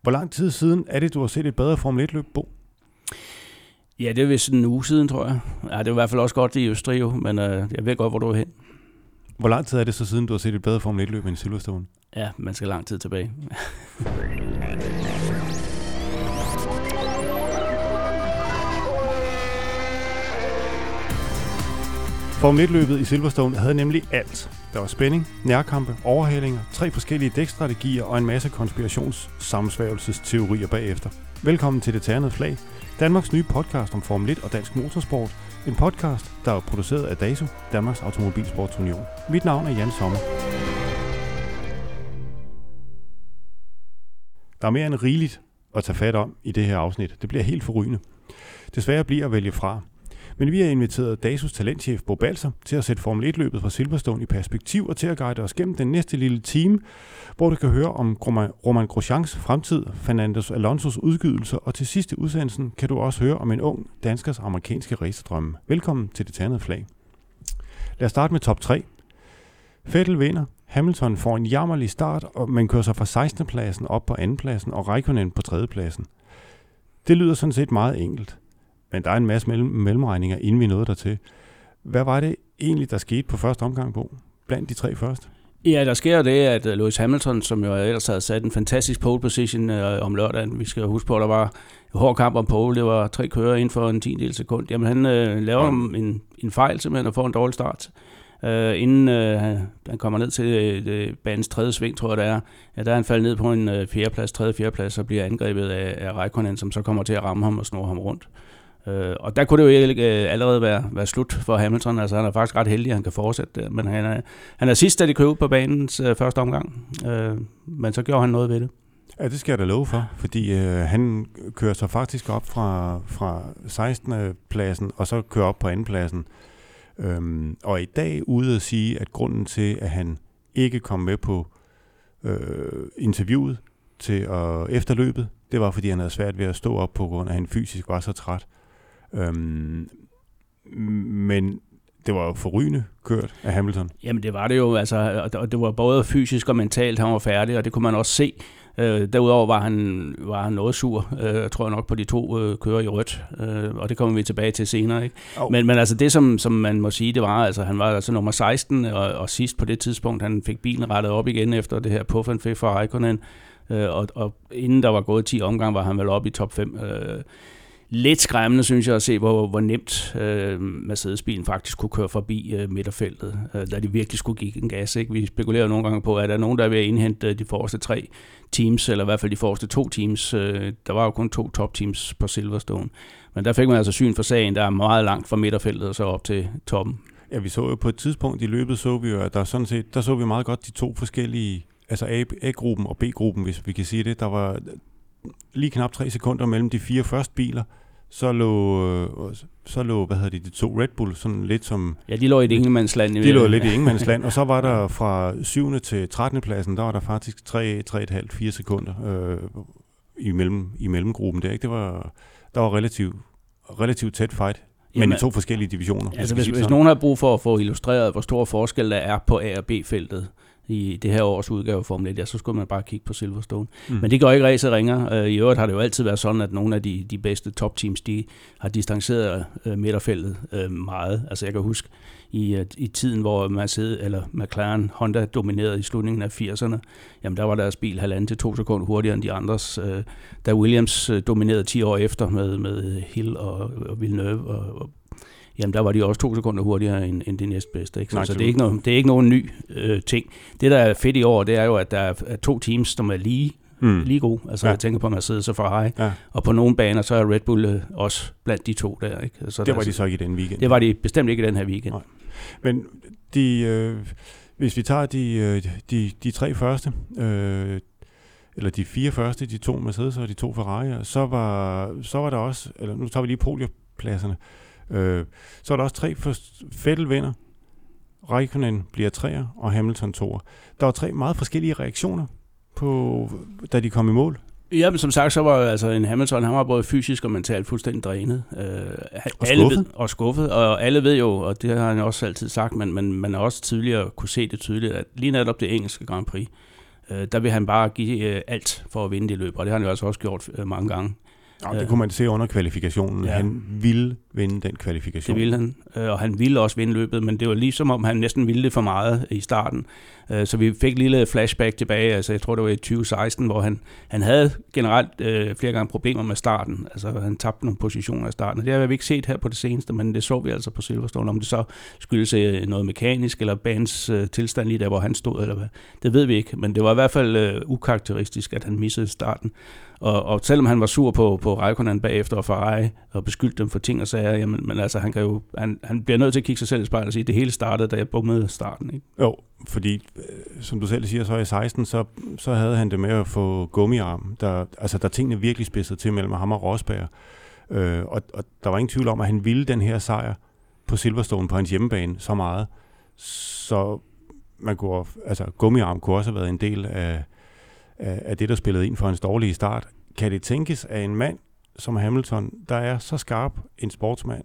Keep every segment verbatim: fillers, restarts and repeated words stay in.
Hvor lang tid siden er det, du har set et bedre Formel et-løb, Bo? Ja, det er vist en uge siden, tror jeg. Ja, det er i hvert fald også godt i Østrig, jo, men øh, jeg ved godt, hvor du er hen. Hvor lang tid er det så siden, du har set et bedre Formel et-løb end i Silverstone? Ja, man skal lang tid tilbage. Formel et-løbet i Silverstone havde nemlig alt. Der var spænding, nærkampe, overhalinger, tre forskellige dækstrategier og en masse konspirations-sammensværgelsesteorier bagefter. Velkommen til Det Ternede Flag, Danmarks nye podcast om Formel et og dansk motorsport. En podcast, der er produceret af DASO, Danmarks Automobilsportsunion. Mit navn er Jan Sommer. Der er mere end rigeligt at tage fat om i det her afsnit. Det bliver helt forrygende. Desværre bliver at vælge fra. Men vi har inviteret DASOs talentchef Bo Balser til at sætte Formel et-løbet fra Silverstone i perspektiv og til at guide os gennem den næste lille time, hvor du kan høre om Romain Grosjeans fremtid, Fernando Alonsos udgydelser, og til sidste udsendelsen kan du også høre om en ung danskers amerikanske racerdrømme. Velkommen til Det Ternede Flag. Lad os starte med top tre. Vettel vinder, Hamilton får en jammerlig start, men kører sig fra sekstende pladsen op på anden pladsen og Raikkonen på tredje pladsen. Det lyder sådan set meget enkelt. Men der er en masse mellem- mellemregninger, inden vi nåede dertil. Hvad var det egentlig, der skete på første omgang, Bo? Blandt de tre første? Ja, der sker det, at Lewis Hamilton, som jo ellers havde sat en fantastisk pole position øh, om lørdagen, vi skal huske på, at der var en hård kamp om pole, det var tre kører inden for en tiendedel sekund. Jamen han øh, laver en, en fejl simpelthen og får en dårlig start. Uh, inden uh, han kommer ned til uh, banens tredje sving, tror jeg det er, ja, der er han faldet ned på en uh, fjerdeplads, tredje fjerdeplads, og bliver angrebet af, af Raikkonen, som så kommer til at ramme ham og snurre ham rundt. Uh, og der kunne det jo ikke uh, allerede være, være slut for Hamilton, altså han er faktisk ret heldig, at han kan fortsætte der, men han er, han er sidst, da de kører ud på banens uh, første omgang, uh, men så gjorde han noget ved det. Ja, det skal jeg da love for, fordi øh, han kører sig faktisk op fra, fra sekstende pladsen, og så kører op på anden pladsen. Øhm, og i dag ude at sige, at grunden til, at han ikke kom med på øh, interviewet til at efterløbet, det var, fordi han havde svært ved at stå op på grund af, at han fysisk var så træt. Øhm, men det var jo forrygende kørt af Hamilton. Jamen det var det jo, altså, og det var både fysisk og mentalt, han var færdig, og det kunne man også se. Øh, derudover var han, var han noget sur, øh, tror jeg nok, på de to øh, kører i rødt, øh, og det kommer vi tilbage til senere, ikke? Oh. Men, men altså det, som, som man må sige, det var, altså han var altså nummer seksten, og, og sidst på det tidspunkt, han fik bilen rettet op igen efter det her puff and fifth for Raikkonen, øh, og, og inden der var gået ti omgang, var han vel oppe i top fem. Øh, Lidt skræmmende, synes jeg, at se, hvor, hvor nemt øh, Mercedes-bilen faktisk kunne køre forbi øh, midterfeltet, øh, da de virkelig skulle give en gas. Ikke? Vi spekulerer nogle gange på, at der er nogen, der er ved at indhente de forreste tre teams, eller i hvert fald de forreste to teams. Øh, der var jo kun to top-teams på Silverstone. Men der fik man altså syn for sagen, der er meget langt fra midterfeltet og så op til toppen. Ja, vi så jo på et tidspunkt i løbet, så vi jo, at der sådan set, der så vi meget godt de to forskellige, altså A, A-gruppen og B-gruppen, hvis vi kan sige det. Der var lige knap tre sekunder mellem de fire første biler, så lå, så lå, hvad hedder det, de to Red Bull, sådan lidt som... Ja, de lå i et ingenmandsland. De lå lidt i ingenmandsland, og så var der fra syvende til trettende pladsen, der var der faktisk tre, tre komma fem til fire sekunder øh, i, mellem, i mellemgruppen der, ikke? Det var, der var relativt, relativt tæt fight, men Jamen, i to forskellige divisioner. Altså hvis, hvis nogen har brug for at få illustreret, hvor stor forskel der er på A- og B-feltet, i det her års udgave af Formel et, ja, så skulle man bare kigge på Silverstone. Mm. Men det gør ikke racet ringer. I øvrigt har det jo altid været sådan, at nogle af de, de bedste top-teams, de har distanceret uh, midterfeltet uh, meget. Altså jeg kan huske, i, uh, i tiden, hvor Mercedes, eller McLaren, Honda dominerede i slutningen af firserne, jamen der var deres bil halvanden til to sekunder hurtigere end de andres. Uh, da Williams uh, dominerede ti år efter med, med Hill og, og Villeneuve og, og jamen der var de også to sekunder hurtigere end, end de næstbedste. Ikke? Så, Nej, så det, er ikke noget, det er ikke nogen ny øh, ting. Det, der er fedt i år, det er jo, at der er to teams, som er lige, mm. lige gode. Altså ja. Jeg tænker på Mercedes og Ferrari. Ja. Og på nogle baner, så er Red Bull øh, også blandt de to der. Ikke? Så det var der, de så ikke i den weekend. Det var de bestemt ikke i den her weekend. Nej. Men de, øh, hvis vi tager de, øh, de, de tre første, øh, eller de fire første, de to Mercedes og de to Ferrari'er, så var, så var der også, eller nu tager vi lige podiepladserne, Øh, så er der også tre for Vettel vinder, Raikkonen bliver treer og Hamilton toer. Der var tre meget forskellige reaktioner på, da de kom i mål. Ja, men som sagt, så var altså en Hamilton, han var både fysisk og mentalt fuldstændig drænet. Øh, og, alle skuffet. Ved, og skuffet. Og alle ved jo, og det har han også altid sagt, men, men man har også tidligere kunne se det tydeligt, at lige netop det engelske Grand Prix, øh, der vil han bare give øh, alt for at vinde det løb, og det har han jo altså også gjort øh, mange gange. Ja, det kunne man se under kvalifikationen. Ja. Han ville vinde den kvalifikation. Det ville han, og han ville også vinde løbet, men det var ligesom om han næsten ville det for meget i starten. Så vi fik et lille flashback tilbage, altså jeg tror det var i tyve seksten, hvor han, han havde generelt øh, flere gange problemer med starten. Altså han tabte nogle positioner i starten, og det har vi ikke set her på det seneste, men det så vi altså på Silverstone. Om det så skyldes noget mekanisk, eller banens øh, tilstand lige der, hvor han stod, eller hvad, det ved vi ikke. Men det var i hvert fald øh, ukarakteristisk, at han missede starten. Og, og selvom han var sur på, på Raikkonen bagefter og Ferrari, og beskyldte dem for ting og sager, jamen, men altså, han, kan jo, han, han bliver nødt til at kigge sig selv i spejlet og sige, at det hele startede, da jeg bummede starten. Ikke? Jo, fordi, øh, som du selv siger, så i seksten, så, så havde han det med at få gummiarm, der, altså der tingene virkelig spidsede til mellem ham og Rosberg. Øh, og, og der var ingen tvivl om, at han ville den her sejr på Silverstone på hans hjemmebane så meget, så man kunne, altså gummiarm kunne også have været en del af af det, der spillede ind for hans dårlige start. Kan det tænkes, at en mand som Hamilton, der er så skarp en sportsmand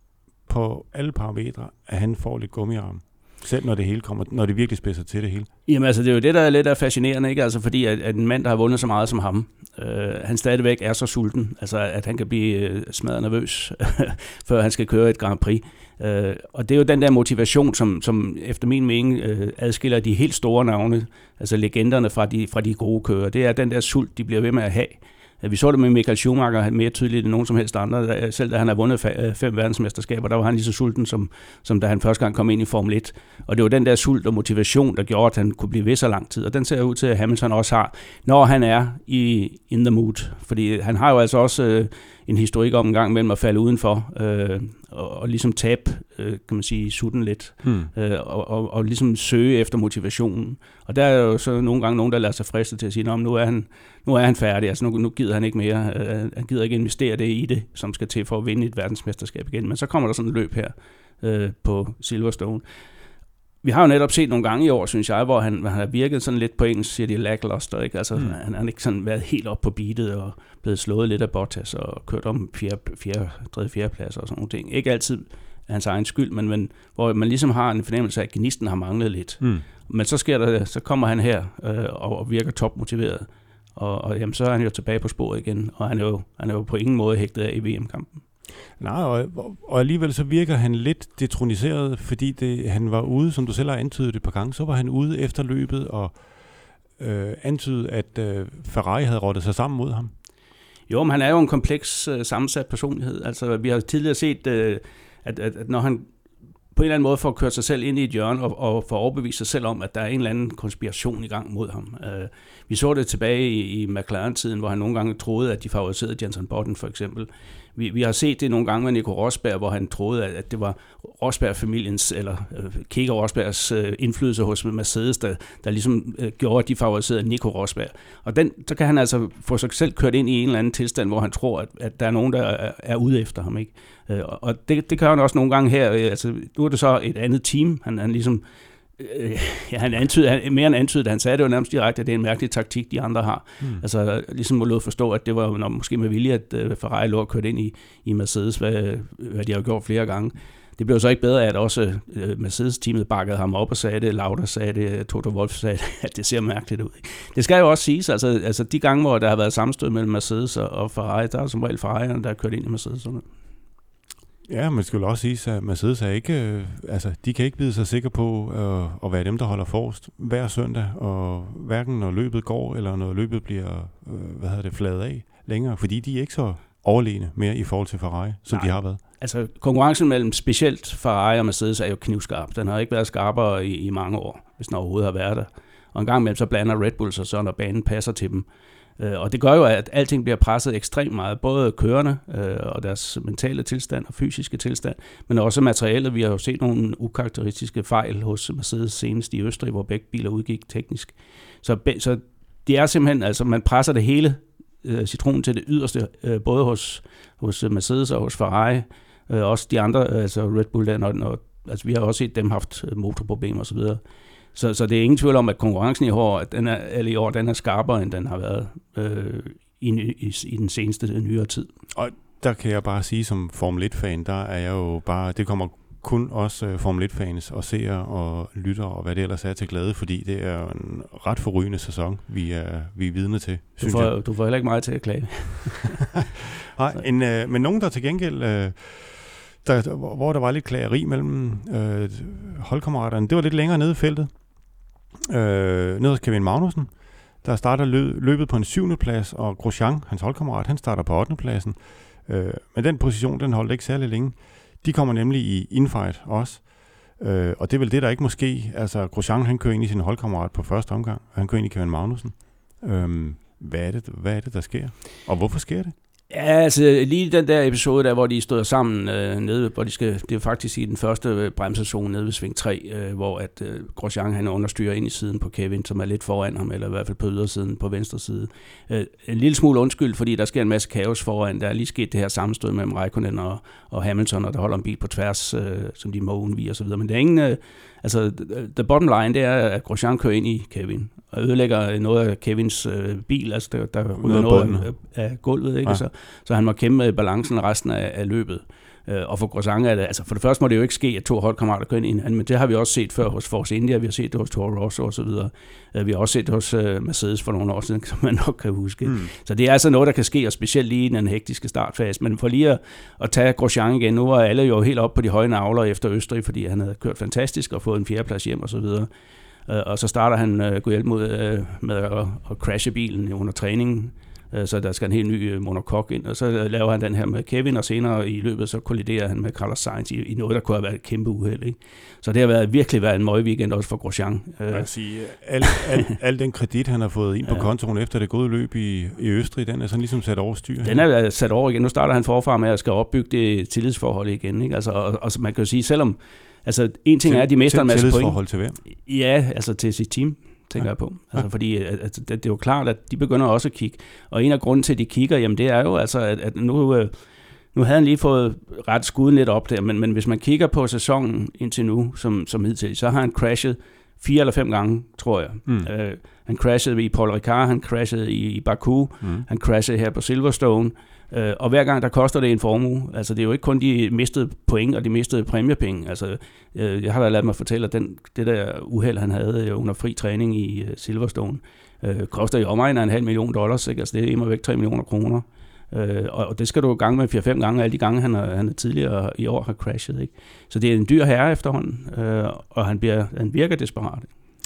på alle parametre, at han får lidt gummiarm? Selv når det hele kommer, når det virkelig spidser til det hele. Jamen altså, det er jo det, der er lidt af fascinerende, ikke? Altså fordi, at, at en mand, der har vundet så meget som ham, øh, han stadigvæk er så sulten, altså at han kan blive øh, smadret nervøs, før han skal køre et Grand Prix. Øh, og det er jo den der motivation, som, som efter min mening øh, adskiller de helt store navne, altså legenderne fra de, fra de gode kører. Det er den der sult, de bliver ved med at have. Vi så det med Michael Schumacher mere tydeligt end nogen som helst andre. Selv da han har vundet fem verdensmesterskaber, der var han lige så sulten, som, som da han første gang kom ind i Formel et. Og det var den der sult og motivation, der gjorde, at han kunne blive ved så lang tid. Og den ser ud til, at Hamilton også har, når han er i in the mood. Fordi han har jo altså også øh, en historik om en gang mellem at falde udenfor øh, og, og ligesom tabe, øh, kan man sige, sutten lidt. Hmm. Øh, og, og, og ligesom søge efter motivationen. Og der er jo så nogle gange nogen, der lader sig friste til at sige, nu er han, nu er han færdig, altså nu, nu gider han ikke mere, øh, han gider ikke investere det i det, som skal til for at vinde et verdensmesterskab igen. Men så kommer der sådan et løb her øh, på Silverstone. Vi har jo netop set nogle gange i år, synes jeg, hvor han, han har virket sådan lidt på engelsk, siger de lackluster, ikke? Altså, mm. han har ikke sådan været helt op på beatet og blevet slået lidt af Bottas og kørt om fjerde, fjerde, tredje, fjerde plads og sådan nogle ting. Ikke altid hans egen skyld, men, men hvor man ligesom har en fornemmelse af, at gnisten har manglet lidt. Mm. Men så sker der, så kommer han her øh, og, og virker topmotiveret, og, og jamen, så er han jo tilbage på sporet igen, og han er jo, han er jo på ingen måde hægtet af i V M-kampen. Nej, og, og alligevel så virker han lidt detroniseret, fordi det, han var ude, som du selv har antydet et par gange, så var han ude efter løbet og øh, antydet, at øh, Ferrari havde rottet sig sammen mod ham. Jo, men han er jo en kompleks øh, sammensat personlighed. Altså, vi har tidligere set, øh, at, at, at når han på en eller anden måde får kørt sig selv ind i et hjørne og, og får overbevist sig selv om, at der er en eller anden konspiration i gang mod ham. Uh, vi så det tilbage i, i McLaren-tiden, hvor han nogle gange troede, at de favoriserede Jenson Button for eksempel. Vi, vi har set det nogle gange med Nico Rosberg, hvor han troede, at, at det var Rosberg-familiens, eller uh, Keke Rosbergs uh, indflydelse hos Mercedes, der, der ligesom uh, gjorde, at de favoriserede Nico Rosberg. Og den, så kan han altså få sig selv kørt ind i en eller anden tilstand, hvor han tror, at, at der er nogen, der er, er ude efter ham, ikke? Uh, og det, det gør han også nogle gange her. Altså, nu er det så et andet team. Han, han ligesom øh, ja, han antydede, han, mere end antydede, han sagde det jo nærmest direkte, at det er en mærkelig taktik, de andre har. Mm. Altså ligesom må lade forstå, at det var når, måske med vilje, at uh, Ferrari lå kørt ind i, i Mercedes, hvad, hvad de har gjort flere gange. Det blev så ikke bedre, at også uh, Mercedes-teamet bakkede ham op og sagde det, Lauda sagde det, Toto Wolff sagde det, at det ser mærkeligt ud. Det skal jo også siges, altså, altså de gange, hvor der har været sammenstød mellem Mercedes og, og Ferrari, der er som regel Ferrari'erne, der er kørt ind i Mercedes. Ja, men det skulle også sige, at Mercedes er ikke, øh, altså de kan ikke vide sig sikre på øh, at være dem, der holder forrest hver søndag, og hverken når løbet går, eller når løbet bliver, øh, hvad hedder det, fladet af længere, fordi de er ikke så overlegne mere i forhold til Ferrari, som Nej. de har været. Altså konkurrencen mellem specielt Ferrari og Mercedes er jo knivskarp. Den har ikke været skarpere i, i mange år, hvis den overhovedet har været der. Og en gang imellem så blander Red Bull sig så, når banen passer til dem. Og det gør jo, at alting bliver presset ekstremt meget, både kørerne øh, og deres mentale tilstand og fysiske tilstand, men også materialet. Vi har jo set nogle ukarakteristiske fejl hos Mercedes senest i Østrig, hvor begge biler udgik teknisk. Så, så det er simpelthen, altså man presser det hele øh, citronen til det yderste, øh, både hos, hos Mercedes og hos Ferrari, øh, også de andre, altså Red Bull, der, når, når, altså vi har også set dem haft motorproblemer osv., Så, så det er ingen tvivl om, at konkurrencen i år, at den er, eller i år, den er skarpere, end den har været øh, i, i, i den seneste nyere tid. Og der kan jeg bare sige, som Formel et-fan, der er jeg jo bare, det kommer kun os uh, Formel et-fans og seere og lyttere og hvad det ellers er til glæde, fordi det er en ret forrygende sæson, vi er, vi er vidne til, du får, du får heller ikke meget til at klage. Nej, en, uh, men nogen, der til gengæld, uh, der, hvor der var lidt klageri mellem uh, holdkammeraterne, det var lidt længere nede i feltet. Uh, nede hos Kevin Magnussen, der starter løb, løbet på en syvende plads, og Grosjean, hans holdkammerat, han starter på ottende pladsen. Øh, men den position, den holdt ikke særlig længe. De kommer nemlig i infight også. Øh, og det er vel det, der ikke må ske. Altså, Grosjean, han kører ind i sin holdkammerat på første omgang, og han kører ind i Kevin Magnussen. Øh, hvad, er det, hvad er det, der sker? Og hvorfor sker det? Ja, altså lige den der episode der, hvor de stod sammen øh, nede, hvor de skal, det er faktisk i den første bremsezone nede ved sving tre, øh, hvor at øh, Grosjean han understyrer ind i siden på Kevin, som er lidt foran ham, eller i hvert fald på ydersiden på venstre side. Øh, en lille smule undskyld, fordi der sker en masse kaos foran. Der er lige sket det her sammenstød mellem Raikkonen og, og Hamilton, og der holder en bil på tværs, øh, som de må undvige og så videre. Men der er ingen, øh, altså the bottom line, det er, at Grosjean kører ind i Kevin og ødelægger noget af Kevins øh, bil, altså der, der ryger noget af, af gulvet, ikke? Ja. Så, så han må kæmpe med balancen resten af, af løbet. Øh, og for Grosjean er det, altså for det første må det jo ikke ske, at to holdkammerater kører ind i hinanden, men det har vi også set før hos Force India, vi har set det hos Toro Rosso og så videre. Øh, vi har også set det hos uh, Mercedes for nogle år siden, som man nok kan huske. Mm. Så det er altså noget, der kan ske, og specielt lige i den hektiske startfase. Men for lige at, at tage Grosjean igen, nu var alle jo helt op på de høje navler efter Østrig, fordi han havde kørt fantastisk og fået en fjerdeplads hjem og så videre. Og så starter han uh, Guillermo mod uh, med at, at crashe bilen under træningen, uh, så der skal en helt ny uh, monocoque ind, og så uh, laver han den her med Kevin, og senere i løbet så kolliderer han med Carlos Sainz i, i noget, der kunne have været et kæmpe uheld. Ikke? Så det har været, virkelig været en møg weekend også for Grosjean. Uh, Jeg vil sige, al, al, al den kredit, han har fået ind på ja. kontoen efter det gode løb i, i Østrig, den er sådan ligesom sat over styr. Den er sat over igen. Nu starter han forfra med at skal opbygge det tillidsforhold igen. Ikke? Altså, og, og man kan jo sige, selvom altså, en ting til, er, at de mister en masse point. Tillidsforhold til hvem? Ja, altså til sit team, tænker ja. jeg på. Altså, ja. Fordi altså, det, det er jo klart, at de begynder også at kigge. Og en af grunden til, at de kigger, jamen det er jo, altså, at, at nu, øh, nu havde han lige fået ret skuden lidt op der, men, men hvis man kigger på sæsonen indtil nu, som, som hidtil, så har han crashet fire eller fem gange, tror jeg. Mm. Øh, han crashede i Paul Ricard, han crashede i, i Baku, mm. han crashede her på Silverstone, øh, og hver gang der koster det en formue. Altså det er jo ikke kun de mistede point, og de mistede præmiepenge. Altså øh, jeg har da ladet mig fortælle, at den, det der uheld, han havde under fri træning i uh, Silverstone, øh, koster i omegn af en halv million dollars, ikke? Altså det er immer væk tre millioner kroner. Øh, og det skal du gange med fire fem gange, alle de gange, han er, han er tidligere i år har crashet. Ikke? Så det er en dyr herre efterhånden, øh, og han, bliver, han virker desperat.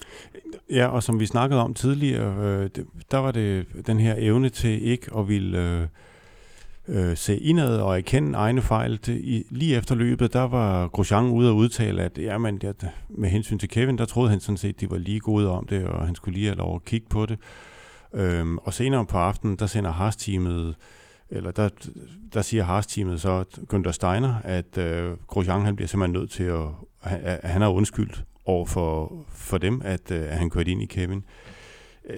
Ja, og som vi snakkede om tidligere, øh, det, der var det den her evne til ikke at ville øh, øh, se indad og erkende egne fejl. Det, i, lige efter løbet, der var Grosjean ude og udtale, at jamen, det, med hensyn til Kevin, der troede han sådan set, de var lige gode om det, og han skulle lige have lov at kigge på det. Øh, og senere på aftenen, der sender Haas-teamet eller der, der siger Haas-teamet så, Günther Steiner, at øh, Grosjean, han bliver simpelthen nødt til at, at, at han har undskyldt over for, for dem, at, øh, at han kørte ind i Kevin. Øh,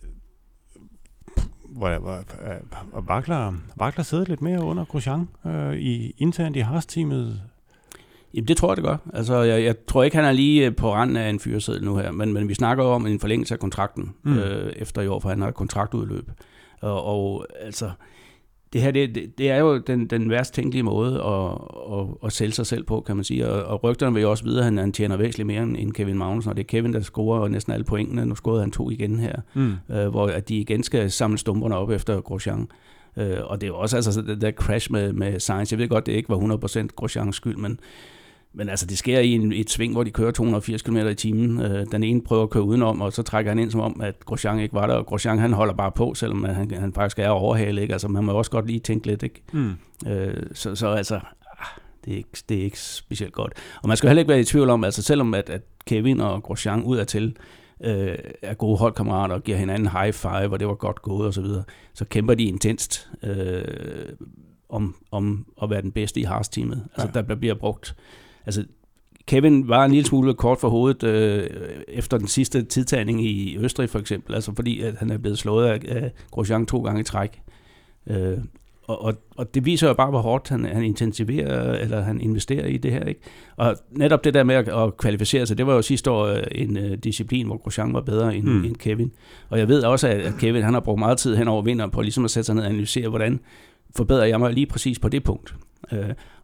hvor, hvor, hvor Vakler, Vakler sidder lidt mere under Grosjean øh, i, internt i Haas-teamet. Jamen det tror jeg, det gør. Altså, jeg, jeg tror ikke, han er lige på randen af en fyreseddel nu her, men, men vi snakker om en forlængelse af kontrakten mm. øh, efter i år, for han har et kontraktudløb. Og, og altså, det her, det, det, det er jo den, den værst tænkelige måde at, at, at sælge sig selv på, kan man sige. Og, og rygterne vil jo også vide, at han, han tjener væsentligt mere end Kevin Magnussen, og det er Kevin, der scorer næsten alle pointene. Nu scorede han to igen her, mm. øh, hvor at de igen skal samle stumperne op efter Grosjean. Øh, og det er jo også altså, det der crash med, med Sainz. Jeg ved godt, det ikke var hundrede procent Grosjeans skyld, men Men altså, det sker i en, et sving, hvor de kører to hundrede og firs kilometer i timen. Øh, den ene prøver at køre udenom, og så trækker han ind som om, at Grosjean ikke var der. Og Grosjean, han holder bare på, selvom han, han faktisk er overhalet. Ikke? Altså, man må også godt lige tænke lidt, ikke? Mm. Øh, så, så altså, det er, ikke, det er ikke specielt godt. Og man skal heller ikke være i tvivl om, altså selvom at, at Kevin og Grosjean udadtil øh, er gode holdkammerater og giver hinanden high five, og det var godt gået og så videre, så kæmper de intenst øh, om, om at være den bedste i Haas-teamet. Altså, ja. Der bliver brugt. Altså, Kevin var en lille smule kort for hovedet øh, efter den sidste tidtagning i Østrig for eksempel, altså fordi at han er blevet slået af, af Grosjean to gange i træk. Øh, og, og, og det viser jo bare, hvor hårdt han, han intensiverer, eller han investerer i det her, ikke? Og netop det der med at, at kvalificere sig, det var jo sidste år en uh, disciplin, hvor Grosjean var bedre end, mm. end Kevin. Og jeg ved også, at Kevin han har brugt meget tid hen over vinteren på ligesom at sætte sig ned og analysere, hvordan forbedrer jeg mig lige præcis på det punkt. Øh,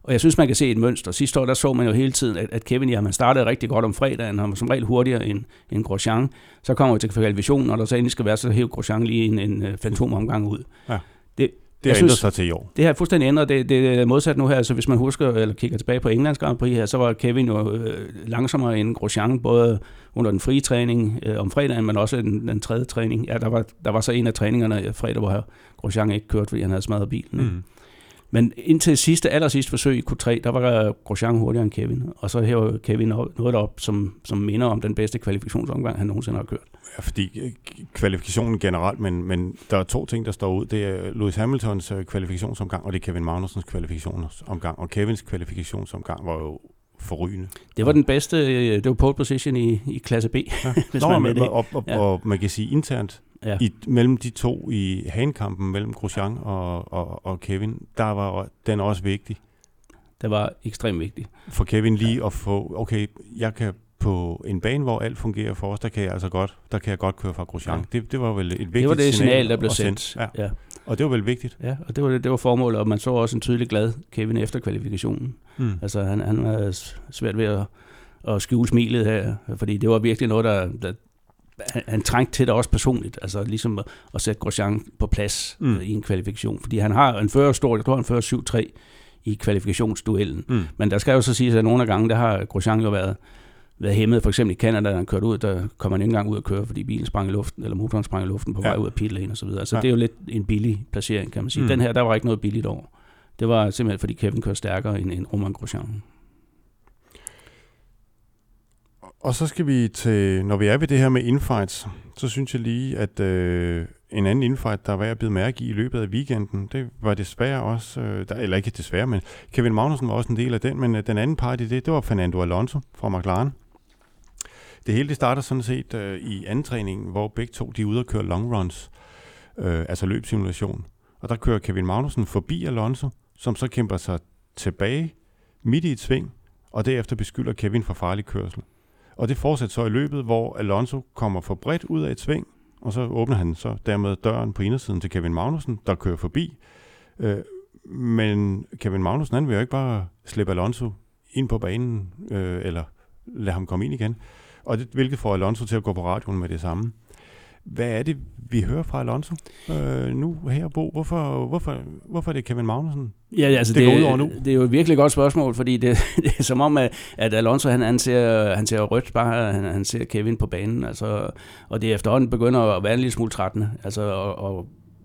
og jeg synes, man kan se et mønster. Sidste år, der så man jo hele tiden, at, at Kevin, ja, man startede rigtig godt om fredagen, han var som regel hurtigere end, end Grosjean. Så kommer vi til kvalifikationen, og der så endelig skal være, så hæver Grosjean lige en, en fantomomgang ud. Ja. Det, Det har ændret sig til i år. Det har fuldstændig ændret. Det, det er modsat nu her. Så hvis man husker, eller kigger tilbage på Englands Grand Prix her, så var Kevin jo øh, langsommere end Grosjean, både under den frie træning øh, om fredagen, men også den, den tredje træning. Ja, der var, der var så en af træningerne fredag, hvor Grosjean ikke kørte, fordi han havde smadret bilen. Mm. Men indtil sidste, aller sidste forsøg i Q tre, der var Grosjean hurtigere end Kevin. Og så hæver Kevin noget op, som, som minder om den bedste kvalifikationsomgang, han nogensinde har kørt. Ja, fordi kvalifikationen generelt, men, men der er to ting, der står ud. Det er Lewis Hamiltons kvalifikationsomgang, og det er Kevin Magnusens kvalifikationsomgang. Og Kevins kvalifikationsomgang var jo forrygende. Det var den bedste, det var pole position i, i klasse B. Ja. Hvis Nå, man men, det. Og, og, ja. og man kan sige internt, ja. i, mellem de to i hanekampen, mellem Grosjean og, og, og Kevin, der var den også vigtig. Det var ekstremt vigtigt. For Kevin lige ja. at få, okay, jeg kan på en bane, hvor alt fungerer for os, der kan jeg altså godt, der kan jeg godt køre fra Grosjean. Ja. Det, det var vel et vigtigt signal. Det var det signal, signal der blev sendt. sendt. Ja. Ja. Og det var vel vigtigt. Ja, og det var, det var formålet, og man så også en tydelig glad Kevin efter kvalifikationen. Mm. Altså han, han var svært ved at, at skjule smilet her, fordi det var virkelig noget, der, der han, han trængte til det også personligt, altså ligesom at, at sætte Grosjean på plads mm. uh, i en kvalifikation, fordi han har en fører stor, jeg tror han fører syv tre i kvalifikationsduellen, mm. men der skal jo så sige, at nogle af gange, der har Grosjean jo været været hæmmet, for eksempel i Canada, da han kørte ud, der kommer han ikke engang ud at køre, fordi bilen sprang i luften, eller motoren sprang i luften på vej ja. ud af pitlane og så videre. Så ja. det er jo lidt en billig placering, kan man sige. Mm. Den her, der var ikke noget billigt over. Det var simpelthen, fordi Kevin kørte stærkere end, end Romain Grosjean. Og så skal vi til, når vi er ved det her med infights, så synes jeg lige, at øh, en anden infight, der var at bide mærke i i løbet af weekenden, det var desværre også, øh, der, eller ikke desværre, men Kevin Magnussen var også en del af den, men øh, den anden part i det, det var Fernando Alonso fra McLaren. Det hele det starter sådan set øh, i anden træningen, hvor begge to de er ude og køre long runs, øh, altså løbsimulation. Og der kører Kevin Magnussen forbi Alonso, som så kæmper sig tilbage midt i et sving, og derefter beskylder Kevin for farlig kørsel. Og det fortsætter så i løbet, hvor Alonso kommer for bredt ud af et sving, og så åbner han så dermed døren på indersiden til Kevin Magnussen, der kører forbi. Øh, men Kevin Magnussen, han vil jo ikke bare slippe Alonso ind på banen, øh, eller lade ham komme ind igen. Og det, hvilket får Alonso til at gå på radioen med det samme. Hvad er det, vi hører fra Alonso øh, nu her, Bo? Hvorfor, hvorfor, hvorfor er det Kevin Magnussen, ja, altså det, det går ud over nu? Det er jo et virkelig godt spørgsmål, fordi det, det er som om, at, at Alonso han, han, ser, han ser rødt, bare han, han ser Kevin på banen. Altså, og det efterhånden begynder at være en lille smule trættende. Altså, og, og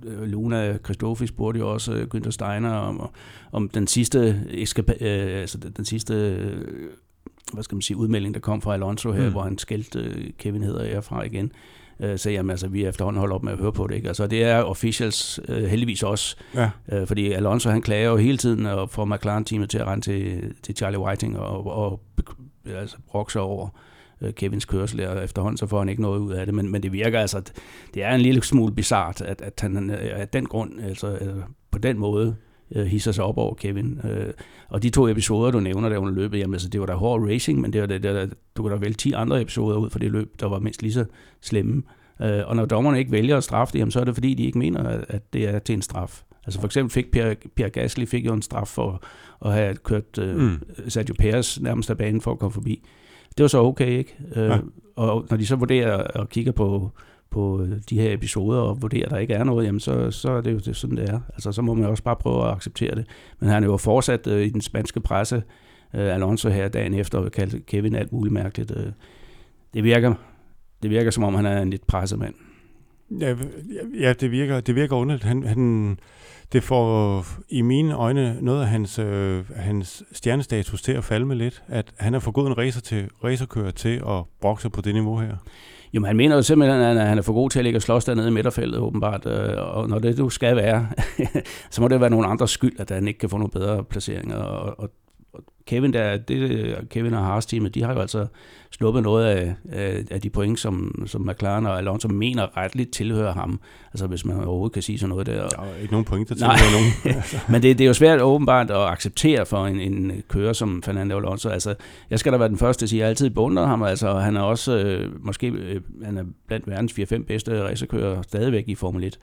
Luna Christofi spurgte jo også Günther Steiner om, om den sidste, eskapa- øh, altså den sidste øh, hvad skal man sige, udmelding, der kom fra Alonso her, mm. hvor han skældte Kevin hedder herfra igen. Så jamen, altså, vi efterhånden holder op med at høre på det, ikke? Altså, det er officials øh, heldigvis også, ja. øh, fordi Alonso, han klager jo hele tiden og får McLaren-teamet til at rende til, til Charlie Whiting og, og altså, brokser over øh, Kevins kørsel, og efterhånden så får han ikke noget ud af det, men, men det virker altså, det er en lille smule bizart, at, at han af den grund, altså øh, på den måde, hisser sig op over Kevin. Og de to episoder, du nævner der under løbet, jamen altså, det var da hård racing, men det var da, der, du kan da vælge ti andre episoder ud for det løb, der var mindst lige så slemme. Og når dommerne ikke vælger at straffe det, jamen, så er det fordi, de ikke mener, at det er til en straf. Altså for eksempel fik Pierre, Pierre Gasly fik jo en straf for at have kørt mm. Sergio Perez nærmest af banen for at komme forbi. Det var så okay, ikke? Ja. Og når de så vurderer og kigger på på de her episoder, og vurderer, at der ikke er noget, jamen så, så er det jo det, sådan, det er. Altså, så må man også bare prøve at acceptere det. Men han er jo fortsat øh, i den spanske presse, øh, Alonso her dagen efter, og kaldte Kevin alt muligt mærkeligt. Øh, det virker, det virker, som om han er en lidt pressemand. Ja, ja det, virker, det virker underligt. Han, han, det får i mine øjne noget af hans, øh, hans stjernestatus til at falde med lidt, at han har fået en racer til, racerkører til at brokse på det niveau her. Jo, men han mener jo simpelthen, at han er for god til at ligge og slås dernede i midterfeltet, åbenbart. Og når det du skal være, så må det være nogen andres skyld, at han ikke kan få nogle bedre placeringer. Og, og, og Kevin, der, det, Kevin og Haas-teamet, de har jo altså sluppet noget af, af, af de point, som, som McLaren og Alonso mener retligt tilhører ham. Altså hvis man overhovedet kan sige sådan noget der. Der er ikke nogen point, der tilhører nogen. Men det, det er jo svært åbenbart at acceptere for en, en kører som Fernando Alonso. Altså, jeg skal da være den første til at sige, at jeg altid beundrer ham. Altså, han er også øh, måske øh, han er blandt verdens fire fem bedste racerkører stadigvæk i Formel et.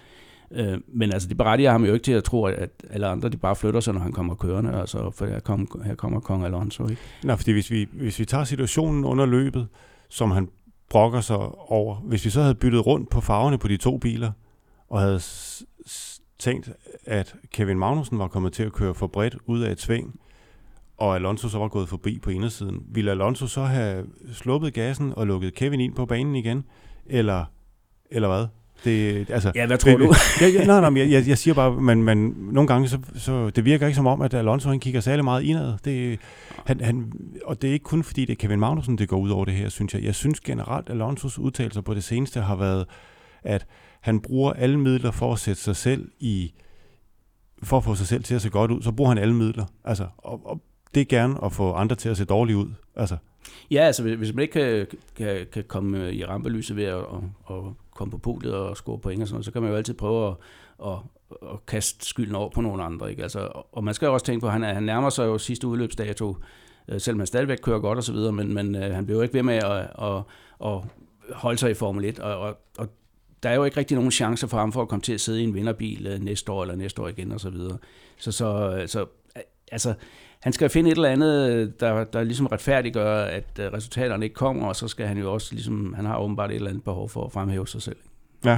Øh, men altså, det berettiger ham jo ikke til at tro, at alle andre de bare flytter sig, når han kommer kørende. Altså, for her, kom, her kommer Kong Alonso, ikke? Nej, fordi hvis vi, hvis vi tager situationen under løbet, som han brokker sig over, hvis vi så havde byttet rundt på farverne på de to biler, og havde s- s- tænkt, at Kevin Magnussen var kommet til at køre for bredt ud af et sving, og Alonso så var gået forbi på indersiden, ville Alonso så have sluppet gassen og lukket Kevin ind på banen igen? Eller, eller hvad? Det, altså, ja, hvad tror du? jeg, jeg, nej, nej, jeg, jeg, jeg siger bare, man, man, nogle gange, så, så det virker ikke som om, at Alonso han kigger særlig meget indad. Det, han, han, og det er ikke kun fordi, det er Kevin Magnussen, det går ud over det her, synes jeg. Jeg synes generelt, at Alonsos udtalelser på det seneste har været, at han bruger alle midler for at sætte sig selv i, for at få sig selv til at se godt ud, så bruger han alle midler. Altså, og, og det er gerne at få andre til at se dårligt ud. Altså. Ja, altså hvis man ikke kan, kan, kan komme i rampelyset ved at, at, at komme på podiet og score point og sådan noget, så kan man jo altid prøve at, at, at kaste skylden over på nogle andre. Ikke? Altså, og man skal jo også tænke på, at han, han nærmer sig jo sidste udløbsdato, selvom han stadigvæk kører godt og så videre, men, men han bliver jo ikke ved med at, at, at holde sig i Formel et, og, og, og der er jo ikke rigtig nogen chancer for ham for at komme til at sidde i en vinderbil næste år eller næste år igen og så videre. Så, så, så altså, han skal finde et eller andet, der, der ligesom retfærdiggør, at resultaterne ikke kommer, og så skal han jo også ligesom, han har åbenbart et eller andet behov for at fremhæve sig selv. Ja.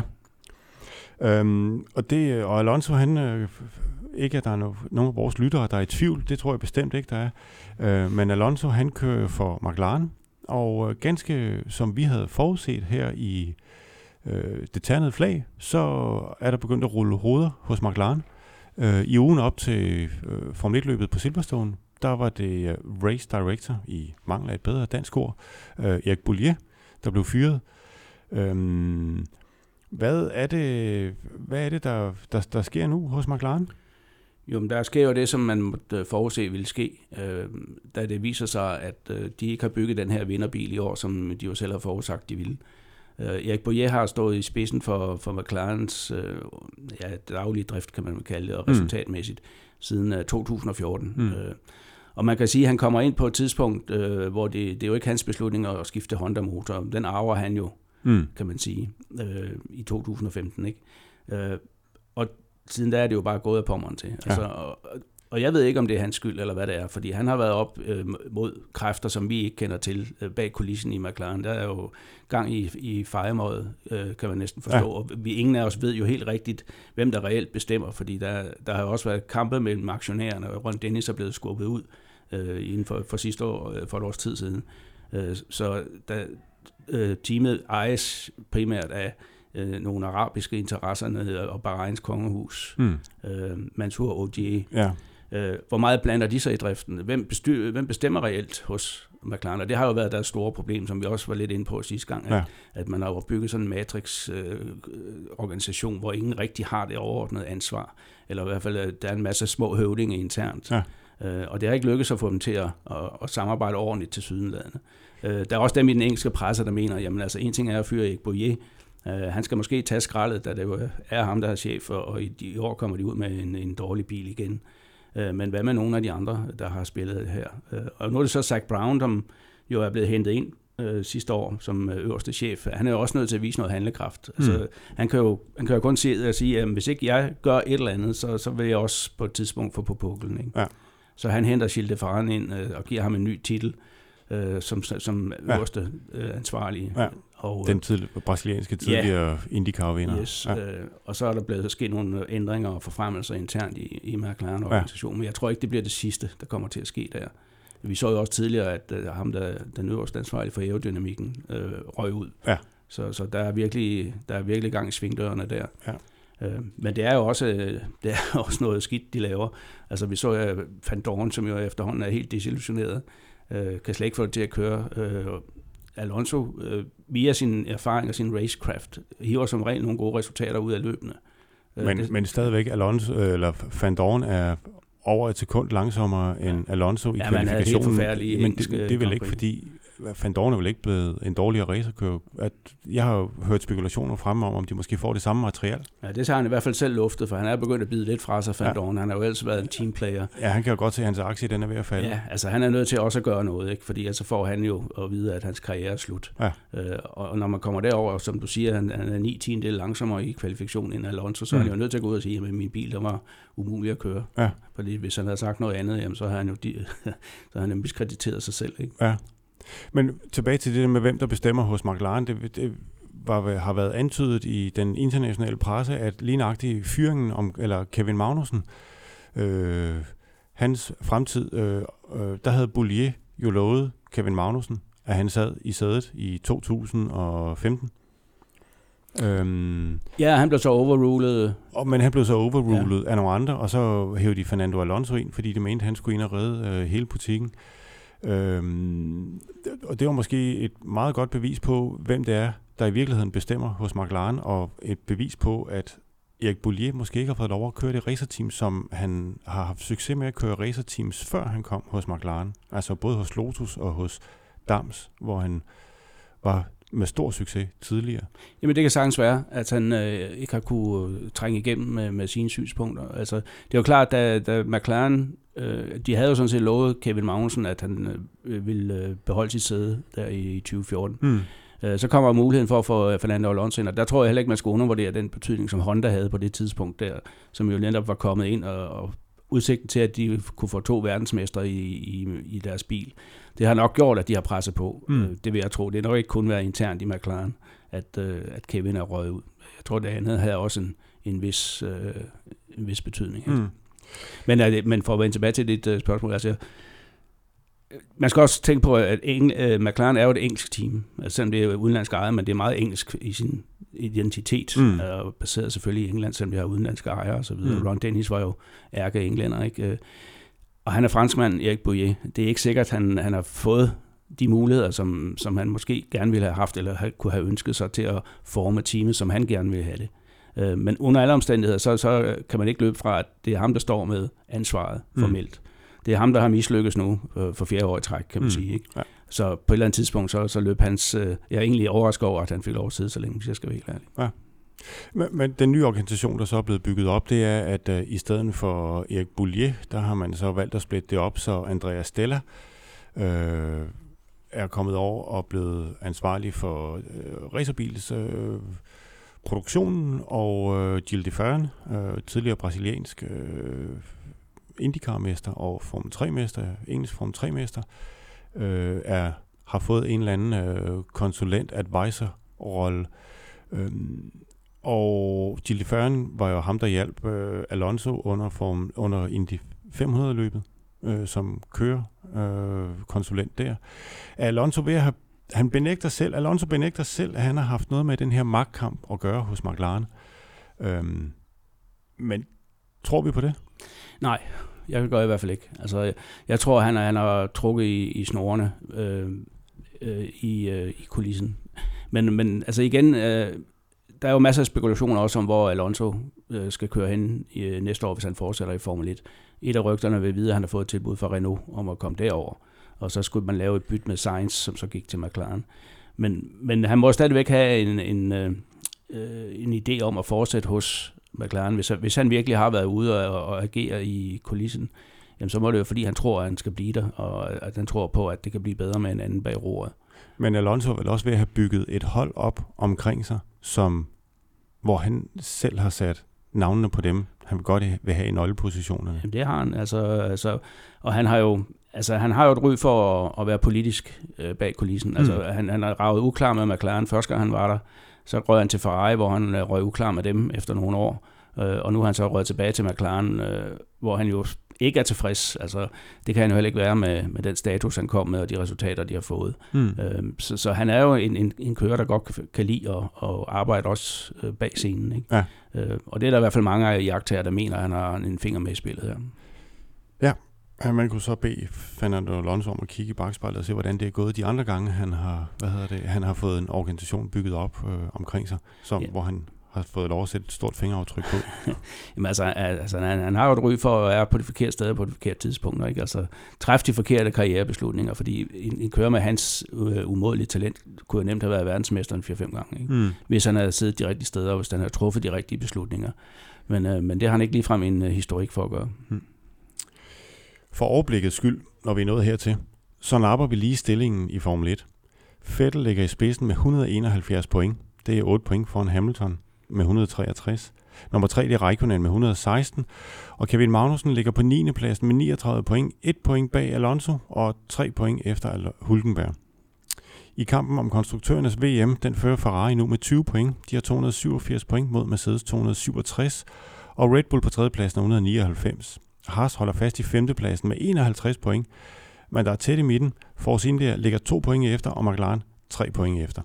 Øhm, og, det, og Alonso, han, øh, ikke at der er no, nogen af vores lyttere, der er i tvivl, det tror jeg bestemt ikke, der er. Øh, men Alonso, han kører for McLaren, og øh, ganske som vi havde forudset her i øh, det ternede flag, så er der begyndt at rulle hoveder hos McLaren. Øh, I ugen op til øh, Formel et-løbet på Silverstone, der var det uh, race director, i mangel af et bedre dansk ord, øh, Erik Boulier, der blev fyret. Øhm, hvad er det, hvad er det der, der, der sker nu hos McLaren? Jo, men der sker jo det, som man måtte forudse ville ske, øh, da det viser sig, at øh, de ikke har bygget den her vinderbil i år, som de jo selv har forudsagt, de ville. Øh, Erik Boulier har stået i spidsen for, for McLarens øh, ja, daglige drift, kan man kalde det, og resultatmæssigt, mm. siden øh, to tusind og fjorten. Mm. Øh, og man kan sige, at han kommer ind på et tidspunkt, øh, hvor det, det er jo ikke hans beslutning at skifte Honda-motor. Den arver han jo, mm. kan man sige, øh, i to tusind og femten. Ikke? Øh, og siden da er det jo bare gået af pommeren til. Altså, ja. og, og jeg ved ikke, om det er hans skyld, eller hvad det er, fordi han har været op øh, mod kræfter, som vi ikke kender til, øh, bag kulissen i McLaren. Der er jo gang i, i fejemåret, øh, kan man næsten forstå, ja. Og vi, ingen af os ved jo helt rigtigt, hvem der reelt bestemmer, fordi der, der har jo også været kampe mellem aktionærerne, og Ron Dennis er blevet skubbet ud øh, inden for, for sidste år, øh, for et års tid siden. Øh, så der, øh, teamet ejes primært af øh, nogle arabiske interesser og Bahrains kongehus, mm. øh, Mansour Odier. Ja. Øh, hvor meget blander de sig i driften? Hvem, bestyr, hvem bestemmer reelt hos McLaren? Og det har jo været deres store problem, som vi også var lidt inde på sidste gang, at, ja. at man har jo bygget sådan en matrix-organisation, øh, hvor ingen rigtig har det overordnede ansvar. Eller i hvert fald, der er en masse små høvdinge internt. Ja. Øh, og det har ikke lykkedes at få dem til at, at, at samarbejde ordentligt til sydenladende. Øh, der er også dem i den engelske presse, der mener, jamen altså en ting er at fyre Erik Boulier. Uh, han skal måske tage skraldet, da det er ham, der er chef, og, og i, i år kommer de ud med en, en dårlig bil igen. Uh, men hvad med nogle af de andre, der har spillet det her? Uh, og nu er det så Zak Brown, som jo er blevet hentet ind uh, sidste år som uh, øverste chef. Han er jo også nødt til at vise noget handlekraft. Mm. Altså, han, kan jo, han kan jo kun sige, at sige, at hvis ikke jeg gør et eller andet, så, så vil jeg også på et tidspunkt få på puklen. Ikke? Ja. Så han henter Gilles de Ferran ind uh, og giver ham en ny titel uh, som, som øverste uh, ansvarlige. Ja. Og, den tidlig, brasilianske tidligere ja, IndyCar-vinder. Yes, ja. øh, og så er der blevet sket nogle ændringer og forfremmelser internt i, i McLaren-organisationen, ja. Men jeg tror ikke, det bliver det sidste, der kommer til at ske der. Vi så jo også tidligere, at uh, ham, der den øverste ansvarlige for aerodynamikken, øh, røg ud. Ja. Så, så der, er virkelig, der er virkelig gang i svingdørene der. Ja. Øh, men det er jo også, det er også noget skidt, de laver. Altså vi så uh, Van Dorn, som jo efterhånden er helt desillusioneret, øh, kan slet ikke få det til at køre. Øh, Alonso, øh, via sin erfaring og sin racecraft, hiver som regel nogle gode resultater ud af løbende. Men, det, men stadigvæk, Alonso, eller Van Dorn er over et sekund langsommere end Alonso i ja, kvalifikationen. Men det, det er vel ikke, fordi Van Dorn er vel ikke blevet en dårligere racerkører. At jeg har jo hørt spekulationer fremme om, om de måske får det samme materiel. Ja, det har han i hvert fald selv luftet, for han er begyndt at bide lidt fra sig, Van Dorn. Ja. Han har jo ellers været en teamplayer. Ja, han kan jo godt se, at hans aktie den er ved at falde. Ja, altså han er nødt til også at gøre noget, ikke? Fordi altså får han jo at vide, at hans karriere er slut. Ja. Øh, og når man kommer derover, som du siger, han, han er ni tiendedel langsommere i kvalifikationen end Alonso, så mm. er han jo nødt til at gå ud og sige, at min bil der var umulig at køre. Ja. Fordi hvis han havde sagt noget andet, jamen, så har han jo de, så har han miskrediteret sig selv. Ikke? Ja. Men tilbage til det med, hvem der bestemmer hos McLaren, det, det var, har været antydet i den internationale presse, at lige nøjagtigt fyringen om, eller Kevin Magnussen, øh, hans fremtid, øh, øh, der havde Boullier jo lovet Kevin Magnussen, at han sad i sædet i to tusind og femten. Øhm, ja, han blev så overrulet. Og, men han blev så overrulet ja. af nogle andre, og så hævde de Fernando Alonso ind, fordi de mente, at han skulle ind og redde øh, hele butikken. Øhm, og det var måske et meget godt bevis på, hvem det er, der i virkeligheden bestemmer hos McLaren, og et bevis på, at Erik Boullier måske ikke har fået lov at køre det racerteam, som han har haft succes med at køre racerteams, før han kom hos McLaren. Altså både hos Lotus og hos Dams, hvor han var med stor succes tidligere. Jamen det kan sagtens være, at han øh, ikke har kunne øh, trænge igennem med, med sine synspunkter. Altså, det er jo klart, da, da McLaren, øh, de havde jo sådan set lovet Kevin Magnussen, at han øh, ville øh, beholde sit sæde der i tyve fjorten. Mm. Øh, så kommer muligheden for at få Fernando Alonso ind, og der tror jeg heller ikke, man skal undervurdere den betydning, som Honda havde på det tidspunkt der, som jo netop var kommet ind og, og udsigten til, at de kunne få to verdensmestre i, i, i deres bil. Det har nok gjort, at de har presset på. Mm. Det vil jeg tro. Det er nok ikke kun været internt i McLaren, at, at Kevin er røget ud. Jeg tror, det andet havde også en, en, vis, øh, en vis betydning. Mm. Men, men for at vende tilbage til dit uh, spørgsmål, altså, man skal også tænke på, at Engl- uh, McLaren er jo et engelsk team. Altså, selvom det er udenlandsk ejet, men det er meget engelsk i sin identitet, mm. og baseret selvfølgelig i England, selvom vi har udenlandske ejere og så videre. Mm. Ron Dennis var jo ærke englænder, ikke? Og han er franskmand, Erik Boullier. Det er ikke sikkert, at han, han har fået de muligheder, som, som han måske gerne ville have haft, eller have, kunne have ønsket sig til at forme teamet, som han gerne ville have det. Øh, men under alle omstændigheder, så, så kan man ikke løbe fra, at det er ham, der står med ansvaret formelt. Mm. Det er ham, der har mislykkes nu øh, for fjerde år i træk, kan man mm. sige. Ikke? Ja. Så på et eller andet tidspunkt, så, så løb hans... Øh, jeg er egentlig overrasket over, at han fik lov at sidde så længe, hvis jeg skal være helt ærlig. Ja. Men, men den nye organisation, der så er blevet bygget op, det er, at uh, i stedet for Erik Boullier, der har man så valgt at splitte det op, så Andrea Stella øh, er kommet over og blevet ansvarlig for øh, racerbils øh, produktionen, og øh, Gilles de Ferran, øh, tidligere brasiliansk øh, IndyCar-mester og Formel tre-mester, engelsk Formel tre-mester, øh, er, har fået en eller anden øh, konsulent-advisor-rolle. Øh, Og Gilles de Ferran var jo ham, der hjalp øh, Alonso under, form, under Indy fem hundrede-løbet, øh, som kører øh, konsulent der. Alonso ved at have, han benægter selv, Alonso benægter selv, at han har haft noget med den her magtkamp at gøre hos McLaren. Øhm, men tror vi på det? Nej, jeg gør i hvert fald ikke. Altså, jeg, jeg tror, han, han har trukket i, i snorene øh, øh, i, øh, i kulissen. Men, men altså igen... Øh, Der er jo masser af spekulationer også om, hvor Alonso øh, skal køre hen i, øh, næste år, hvis han fortsætter i Formel et. Et af rygterne vil vide, at han har fået et tilbud fra Renault om at komme derover. Og så skulle man lave et bytte med Sainz, som så gik til McLaren. Men, men han må stadigvæk have en, en, øh, en idé om at fortsætte hos McLaren. Hvis, hvis han virkelig har været ude og, og agere i kulissen, jamen, så må det jo, fordi han tror, at han skal blive der, og at han tror på, at det kan blive bedre med en anden bag roret. Men Alonso vil også ved at have bygget et hold op omkring sig, som, hvor han selv har sat navnene på dem, han godt vil have i nøglepositionerne. Jamen det har han, altså, altså, og han har jo, altså, han har jo et ry for at, at være politisk øh, bag kulissen. Mm. Altså, han, han har ravet uklar med McLaren første gang han var der, så røg han til Ferrari, hvor han øh, røg uklar med dem efter nogle år, øh, og nu har han så røget tilbage til McLaren, øh, hvor han jo ikke er tilfreds. Altså, det kan han jo heller ikke være med, med den status, han kom med, og de resultater, de har fået. Mm. Øhm, så, så han er jo en, en, en kører, der godt kan, kan lide at, at arbejde også øh, bag scenen. Ikke? Ja. Øh, og det er der i hvert fald mange af jagttager, der mener, at han har en finger med i spillet her. Ja, man kunne så bede Fernando Alonso om at kigge i bagspejlet og se, hvordan det er gået de andre gange, han har, hvad hedder det, han har fået en organisation bygget op øh, omkring sig, som, ja. hvor han har fået lov at sætte et stort fingeraftryk på? Jamen altså, altså han, han har jo et ry for at være på de forkerte steder på de forkerte tidspunkter, ikke? Altså, træffe de forkerte karrierebeslutninger, fordi en, en kører med hans uh, umådelige talent kunne jo nemt have været verdensmester en fire fem gange, ikke? Mm. Hvis han havde siddet de rigtige steder, og hvis han havde truffet de rigtige beslutninger. Men, uh, men det har han ikke ligefrem en uh, historik for at gøre. Mm. For overblikket skyld, når vi er nået hertil, så napper vi lige stillingen i Formel et. Vettel ligger i spidsen med et hundrede og enoghalvfjerds point. Det er otte point foran Hamilton med et hundrede og treogtres. Nummer tre det er Raikkonen med et hundrede og seksten. Og Kevin Magnussen ligger på niende pladsen med niogtredive point. et point bag Alonso og tre point efter Hulkenberg. I kampen om konstruktørernes V M, den fører Ferrari nu med tyve point. De har to hundrede og syvogfirs point mod Mercedes to hundrede og syvogtres. Og Red Bull på tredjepladsen er et hundrede og nioghalvfems. Haas holder fast i femtepladsen med enoghalvtreds point. Men der er tæt i midten. Force India ligger to point efter, og McLaren tre point efter.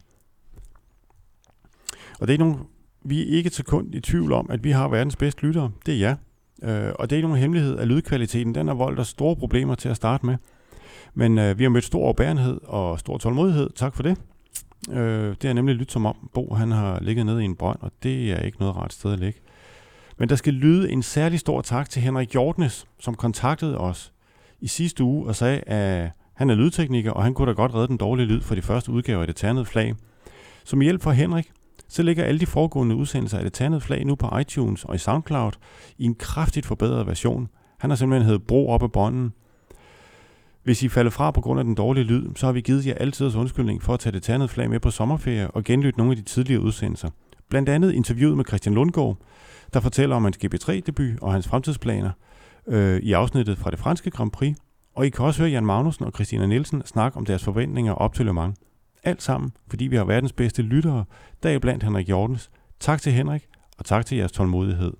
Og det er nogle, vi er ikke et sekund i tvivl om, at vi har verdens bedste lyttere. Det er jer. Øh, og det er ikke nogen hemmelighed, at lydkvaliteten den har voldt os store problemer til at starte med. Men øh, vi har mødt stor overbærenhed og stor tålmodighed. Tak for det. Øh, det er nemlig lyttet som om, Bo han har ligget nede i en brønd, og det er ikke noget rart sted at ligge. Men der skal lyde en særlig stor tak til Henrik Hjortnes, som kontaktede os i sidste uge og sagde, at han er lydtekniker, og han kunne da godt redde den dårlige lyd for de første udgaver af Det Ternede Flag. Som hjælp for Henrik, så ligger alle de foregående udsendelser af Det Ternede Flag nu på iTunes og i SoundCloud i en kraftigt forbedret version. Han har simpelthen heddet Bro op ad bånden. Hvis I falder fra på grund af den dårlige lyd, så har vi givet jer altid undskyldning for at tage Det Ternede Flag med på sommerferie og genlytte nogle af de tidligere udsendelser. Blandt andet interviewet med Christian Lundgaard, der fortæller om hans G P tre debut og hans fremtidsplaner øh, i afsnittet fra det franske Grand Prix. Og I kan også høre Jan Magnussen og Christina Nielsen snakke om deres forventninger op til Le Mans. Alt sammen, fordi vi har verdens bedste lyttere, deriblandt Henrik Hjortens. Tak til Henrik, og tak til jeres tålmodighed.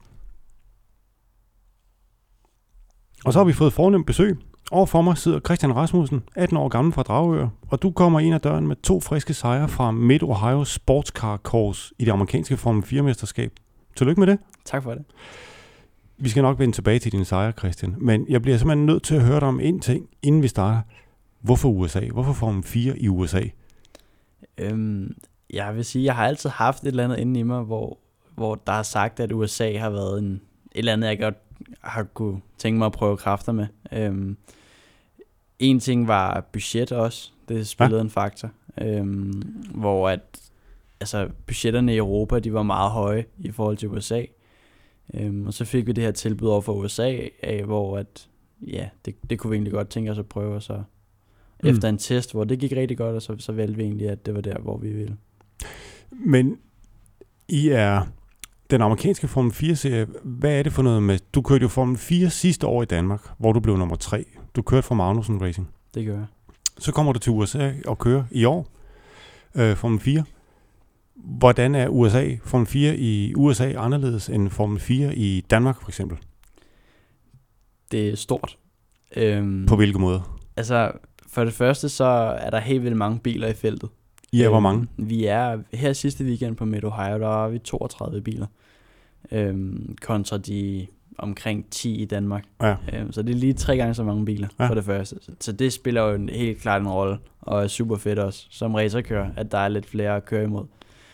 Og så har vi fået fornemt besøg. Overfor mig sidder Christian Rasmussen, atten år gammel fra Dragør, og du kommer ind ad døren med to friske sejre fra Mid-Ohio Sportscar Course i det amerikanske Formel fire-mesterskab. Tillykke med det. Tak for det. Vi skal nok vende tilbage til dine sejre, Christian, men jeg bliver simpelthen nødt til at høre dig om en ting, inden vi starter. Hvorfor U S A? Hvorfor Formel fire i U S A? Øhm, jeg vil sige, jeg har altid haft et eller andet inde i mig, hvor, hvor der har sagt, at U S A har været en, et eller andet, jeg godt har kunne tænke mig at prøve kræfter med. Øhm, en ting var budget også. Det spillede ja. en faktor. Øhm, hvor at, altså, budgetterne i Europa, de var meget høje i forhold til U S A. Øhm, og så fik vi det her tilbud over for U S A, af, hvor at, ja, det, det kunne vi egentlig godt tænke os at prøve, og så mm. efter en test, hvor det gik rigtig godt, og så, så valgte vi egentlig, at det var der, hvor vi ville. Men I er den amerikanske Formel fire-serie. Hvad er det for noget med? Du kørte jo Formel fire sidste år i Danmark, hvor du blev nummer tre. Du kørte for Magnussen Racing. Det gør jeg. Så kommer du til U S A og kører i år øh, Formel fire. Hvordan er U S A, Formel fire i U S A anderledes end Formel fire i Danmark for eksempel? Det er stort. Øhm, På hvilke måder? Altså, for det første, så er der helt vildt mange biler i feltet. Ja, øhm, hvor mange? Vi er her sidste weekend på Mid-Ohio, der var vi toogtredive biler. Øhm, kontra de omkring ti i Danmark. Ja. Øhm, så det er lige tre gange så mange biler, ja. for det første. Så, så det spiller jo en, helt klart en rolle, og er super fedt også, som racerkører, at der er lidt flere at køre imod.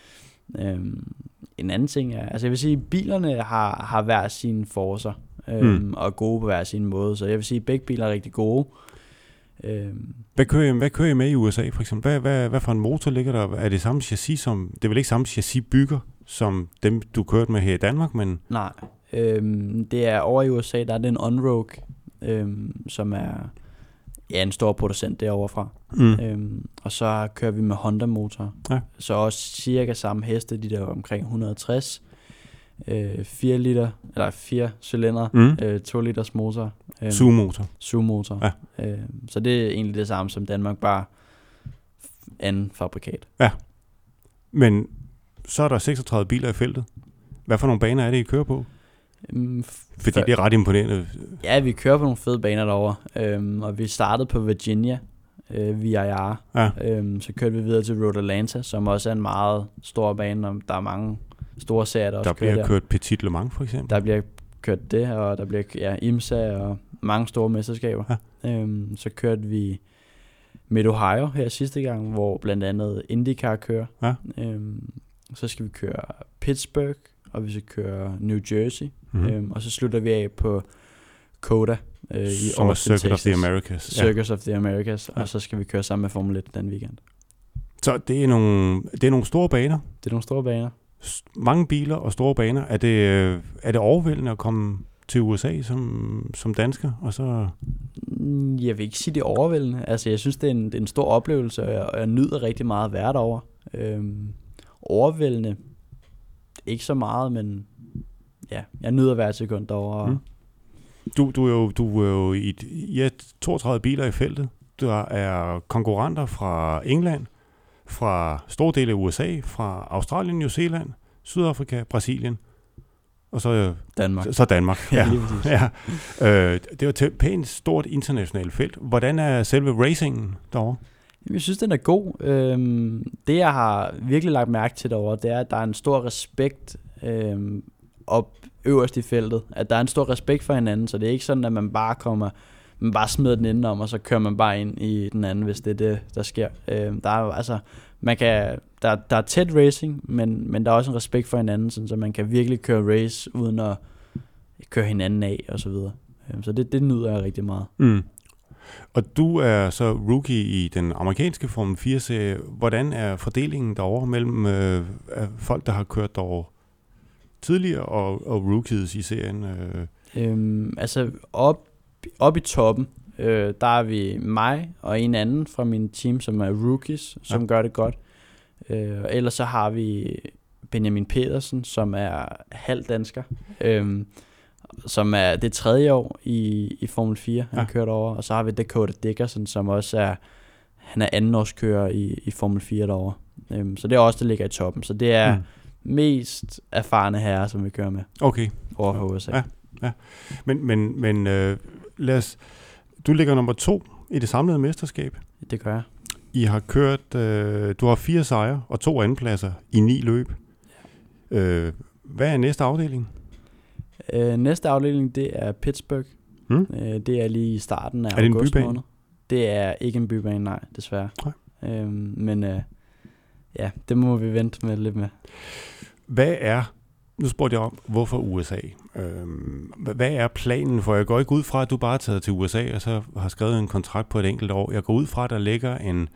Øhm, en anden ting er, altså jeg vil sige, at bilerne har, har hver sine forcer, øhm, mm. og er gode på hver sin måde, så jeg vil sige, at begge biler er rigtig gode. Øhm. Hvad, kører I, hvad kører I med i U S A for eksempel? Hvad, hvad, hvad for en motor ligger der? Er det samme chassis som, det er vel ikke samme chassis bygger, som dem du kørte med her i Danmark, men... Nej, øhm, det er over i U S A, der er det en On-Rogue, øhm, som er ja, en stor producent derovre fra. Mm. Øhm, og så kører vi med Honda-motor. Ja. Så også cirka samme heste, de der omkring et hundrede og tres. Øh, fire liter, eller fire cylindre, mm. øh, to liters motor. Øh, S U V-motor. S U V-motor. Ja. Øh, så det er egentlig det samme som Danmark, bare anden fabrikat. Ja, men så er der seksogtredive biler i feltet. Hvad for nogle baner er det, I kører på? Um, Fordi for, det er ret imponerende. Ja, vi kører på nogle fede baner derovre, øhm, og vi startede på Virginia, øh, V I R. Ja. Øhm, så kørte vi videre til Road Atlanta, som også er en meget stor bane, og der er mange store serier, der, der også kører der. Der bliver kørt Petit Le Mans for eksempel. Der bliver kørt det, og der bliver ja, IMSA og mange store mesterskaber. Ja. Øhm, så kørte vi Mid-Ohio her sidste gang, hvor blandt andet IndyCar kører. Ja. Øhm, så skal vi køre Pittsburgh, og vi skal køre New Jersey, Mm-hmm. øhm, og så slutter vi af på COTA øh, i Som er Austin, Circuit of the Texas. Americas. Circuit of the Americas, Ja. og så skal vi køre sammen med Formel et den weekend. Så det er, nogle, det er nogle store baner. Det er nogle store baner. S- mange biler og store baner. Er det, øh, er det overvældende at komme til U S A som, som dansker? Og så... Mm, Jeg vil ikke sige, det er overvældende. Altså, jeg synes, det er en, det er en stor oplevelse, og jeg, og jeg nyder rigtig meget at være derovre. Øhm, overvældende. Ikke så meget, men ja, jeg nyder hver sekund derovre. Mm. Du, du, er jo, du er jo i, et, I er toogtredive biler i feltet. Der er konkurrenter fra England, fra store dele af U S A, fra Australien, New Zealand, Sydafrika, Brasilien, og så, Danmark. så, så Danmark. Ja, lige præcis. Ja. Øh, det er jo et pænt stort internationalt felt. Hvordan er selve racingen derovre? Jeg synes, den er god. Øhm, det, jeg har virkelig lagt mærke til derovre, det er, at der er en stor respekt øhm, op øverst i feltet. At der er en stor respekt for hinanden, så det er ikke sådan, at man bare kommer, man bare smider den indenom, og så kører man bare ind i den anden, hvis det er det, der sker. Øhm, der er altså, man kan, der, der er tæt racing, men, men der er også en respekt for hinanden, sådan, så man kan virkelig køre race, uden at køre hinanden af, og så videre. Øhm, så det, det nyder jeg rigtig meget. Mm. Og du er så rookie i den amerikanske Formel fire-serie. Hvordan er fordelingen derovre mellem øh, folk, der har kørt derovre tidligere, og, og rookies i serien? Øh? Øhm, altså op, op i toppen, øh, der er vi mig og en anden fra min team, som er rookies, som ja. gør det godt. Øh, og ellers så har vi Benjamin Pedersen, som er halv dansker, øh, som er det tredje år i, i Formel fire, han ja. kørt over. Og så har vi Dakota Dickerson, som også er, han er andenårskører i, i Formel fire derovre. Øh, så det er også, der ligger i toppen. Så det er mm. mest erfarne herrer, som vi kører med. Okay. Over for U S A. Ja, ja. Men, men, men øh, lad os, du ligger nummer to i det samlede mesterskab. Det gør jeg. I har kørt, øh, du har fire sejre og to andenpladser i ni løb. Ja. Øh, hvad er næste afdeling? Øh, næste afdeling, det er Pittsburgh. Hmm? Øh, det er lige i starten af er det august en bybane? måned. Det er ikke en bybane, nej, desværre. Nej. Øhm, men øh, ja, det må vi vente med lidt med. Hvad er, nu spurgte jeg om, hvorfor U S A? Øhm, hvad er planen for? Jeg går ikke ud fra, at du bare er taget til U S A, og så har skrevet en kontrakt på et enkelt år. Jeg går ud fra, at der ligger en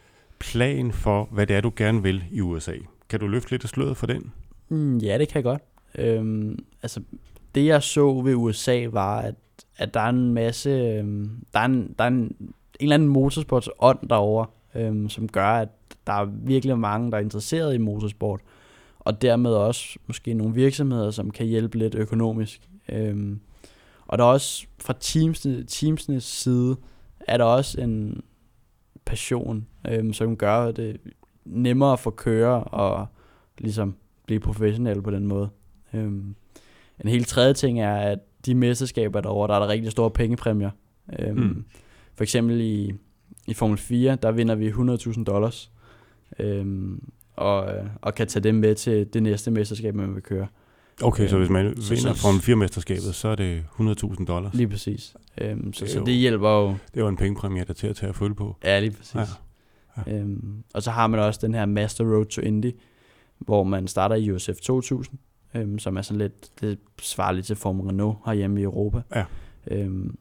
plan for, hvad det er, du gerne vil i U S A. Kan du løfte lidt af sløret for den? Mm, ja, det kan jeg godt. Øhm, altså, det jeg så ved U S A var, at, at der er en masse, øhm, der er en, der er en, en eller anden motorsportsånd derovre, øhm, som gør, at der er virkelig mange, der er interesseret i motorsport, og dermed også måske nogle virksomheder, som kan hjælpe lidt økonomisk. Øhm, og der er også fra teamsne, teamsnes side, er der også en passion, øhm, som gør det nemmere for køre og ligesom blive professionel på den måde. Øhm, en helt tredje ting er, at de mesterskaber derovre, der er der rigtig store pengepræmier. Øhm, mm. For eksempel i, i Formel fire, der vinder vi hundrede tusind dollars, øhm, og, og kan tage dem med til det næste mesterskab, man vil køre. Okay, øhm, så hvis man så, vinder Formel fire-mesterskabet, så er det hundrede tusind dollars? Lige præcis. Øhm, så, det så jo, det hjælper jo. Det er jo en pengepræmie, der er til at tage at følge på. Ja, lige præcis. Ja. Ja. Øhm, og så har man også den her Master Road to Indy, hvor man starter i U S F to tusind, øhm, som er sådan lidt, det svarer lidt til Formel Renault herhjemme i Europa. Ja. Øhm,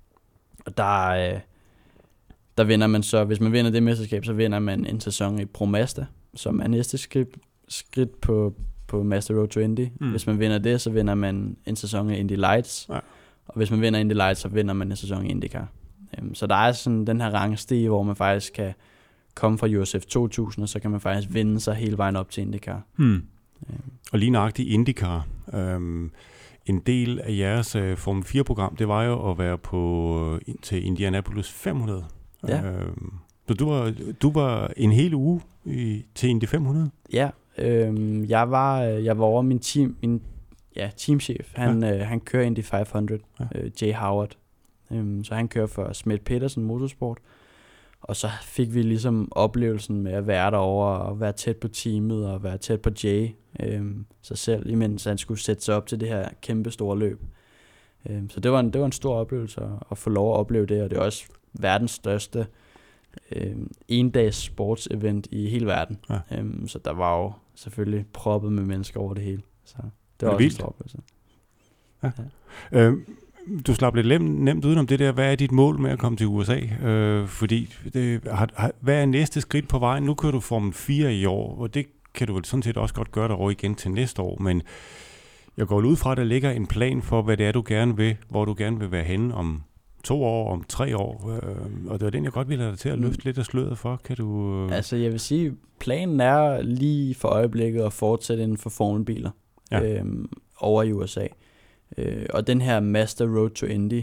og der, øh, der vinder man så, hvis man vinder det mesterskab, så vinder man en sæson i Pro Mazda, som er næste skridt, skridt på, på Master Road to Indy. Mm. Hvis man vinder det, så vinder man en sæson i Indy Lights. Ja. Og hvis man vinder Indy Lights, så vinder man en sæson i IndyCar. Øhm, så der er sådan den her rangstige, hvor man faktisk kan komme fra U S F to tusind, og så kan man faktisk vinde sig hele vejen op til IndyCar. Hmm. Øhm. Og lige nøjagtigt IndyCar. Øhm, en del af jeres uh, Formel fire-program, det var jo at være på uh, til Indianapolis fem hundrede. Ja. Øhm, så du var, du var en hel uge i, til Indy fem hundrede? Ja, øhm, jeg var jeg var over min team, min ja, teamchef. Han ja. øh, han kører Indy fem hundrede, ja. øh, Jay Howard. Øhm, så han kører for Smith Peterson Motorsport. Og så fik vi ligesom oplevelsen med at være derovre og være tæt på teamet og være tæt på Jay øhm, sig selv, imens han skulle sætte sig op til det her kæmpe store løb. Øhm, så det var, en, det var en stor oplevelse at, at få lov at opleve det, og det er også verdens største øhm, endags sportsevent i hele verden. Ja. Øhm, så der var jo selvfølgelig proppet med mennesker over det hele. Så. det var er også vildt. en stor oplevelse. Ja. Ja. Øh, du slap lidt lem, nemt udenom det der. Hvad er dit mål med at komme til U S A? Øh, fordi, det, har, har, hvad er næste skridt på vejen? Nu kører du Formel fire i år, og det kan du vel sådan set også godt gøre derovre igen til næste år, men jeg går ud fra, at der ligger en plan for, hvad det er, du gerne vil, hvor du gerne vil være henne om to år, om tre år, øh, og det var den, jeg godt ville have dig til at løfte mm. lidt af sløret for. Kan du... Øh... Altså, jeg vil sige, planen er lige for øjeblikket at fortsætte inden for formelbiler ja. øhm, over i U S A. Øh, og den her Mazda Road to Indy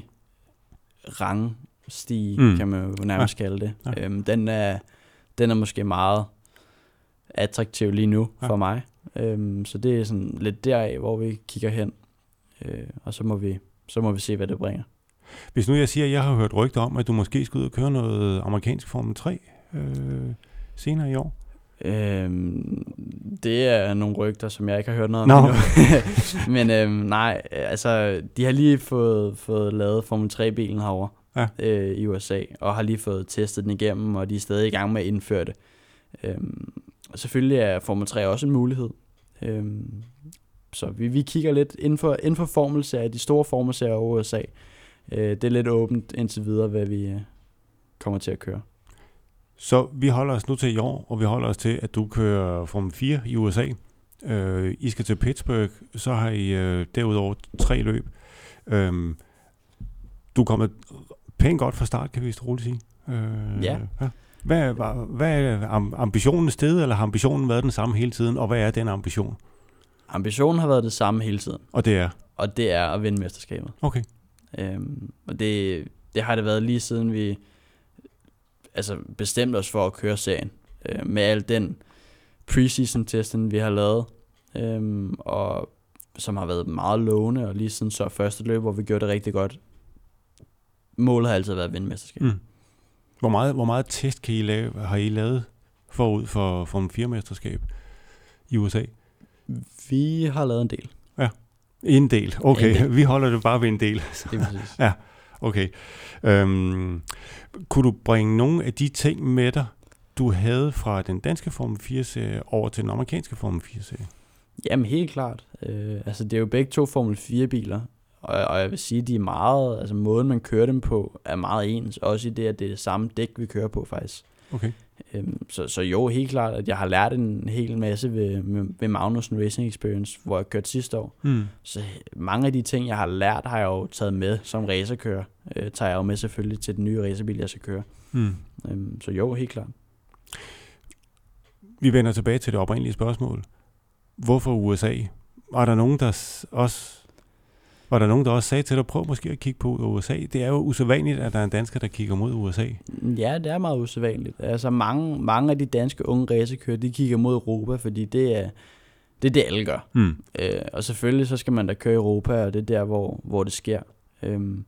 rangstige, mm. kan man jo nærmest ja. kalde det, ja. øhm, den, er, den er måske meget attraktiv lige nu ja. for mig. Øhm, så det er sådan lidt deraf, hvor vi kigger hen, øh, og så må, vi, så må vi se, hvad det bringer. Hvis nu jeg siger, at jeg har hørt rygter om, at du måske skal ud og køre noget amerikansk Formel tre øh, senere i år. Øhm, det er nogle rygter, som jeg ikke har hørt noget om no. endnu. Men øhm, nej, altså de har lige fået, fået lavet Formel tre-bilen herovre ja. øh, i U S A, og har lige fået testet den igennem, og de er stadig i gang med at indføre det. Øhm, og selvfølgelig er Formel tre også en mulighed. Øhm, så vi, vi kigger lidt inden for, inden for formelserier, de store formelserier over U S A. Øh, det er lidt åbent indtil videre, hvad vi øh, kommer til at køre. Så vi holder os nu til i år, og vi holder os til, at du kører Formel fire i U S A. Øh, I skal til Pittsburgh, så har I øh, derudover tre løb. Øh, du er kommet pænt godt fra start, kan vi vist roligt sige. Øh, ja. ja. Hvad, hvad er ambitionen sted, eller har ambitionen været den samme hele tiden, og hvad er den ambition? Ambitionen har været det samme hele tiden. Og det er? Og det er at vinde mesterskabet. Okay. Øhm, og det, det har det været lige siden vi altså bestemte os for at køre serien. Øh, med al den preseason-testen, vi har lavet, øhm, og som har været meget lovende, og lige siden så første løb, hvor vi gjorde det rigtig godt. Målet har altid været at vinde mesterskabet. Mm. Hvor meget, hvor meget test kan I lave, har I lavet forud for Formel fire-mesterskab i U S A? Vi har lavet en del. Ja, en del. Okay, en del. Vi holder det bare ved en del. Det er præcis. Ja, okay. Øhm, kunne du bringe nogle af de ting med dig, du havde fra den danske Formel fire-serie over til den amerikanske Formel fire-serie? Jamen helt klart. Øh, altså det er jo begge to Formel fire-biler, og, og jeg vil sige, de er meget, altså måden man kører dem på, er meget ens. Også i det, at det er det samme dæk, vi kører på faktisk. Okay. Øhm, så, så jo, helt klart, at jeg har lært en hel masse ved, ved Magnussen Racing Experience, hvor jeg kørte sidste år. Mm. Så mange af de ting, jeg har lært, har jeg jo taget med som racerkører. Øh, tager jeg jo med selvfølgelig til den nye racerbil, jeg skal køre. Mm. Øhm, så jo, helt klart. Vi vender tilbage til det oprindelige spørgsmål. Hvorfor U S A? Var der nogen, der også... Var der nogen, der også sagde til dig, prøv måske at kigge på U S A? Det er jo usædvanligt, at der er en dansker, der kigger mod U S A. Ja, det er meget usædvanligt. Altså mange, mange af de danske unge racerkører, de kigger mod Europa, fordi det er det, er det alle gør. Mm. Øh, og selvfølgelig så skal man da køre i Europa, og det er der, hvor, hvor det sker. Øhm,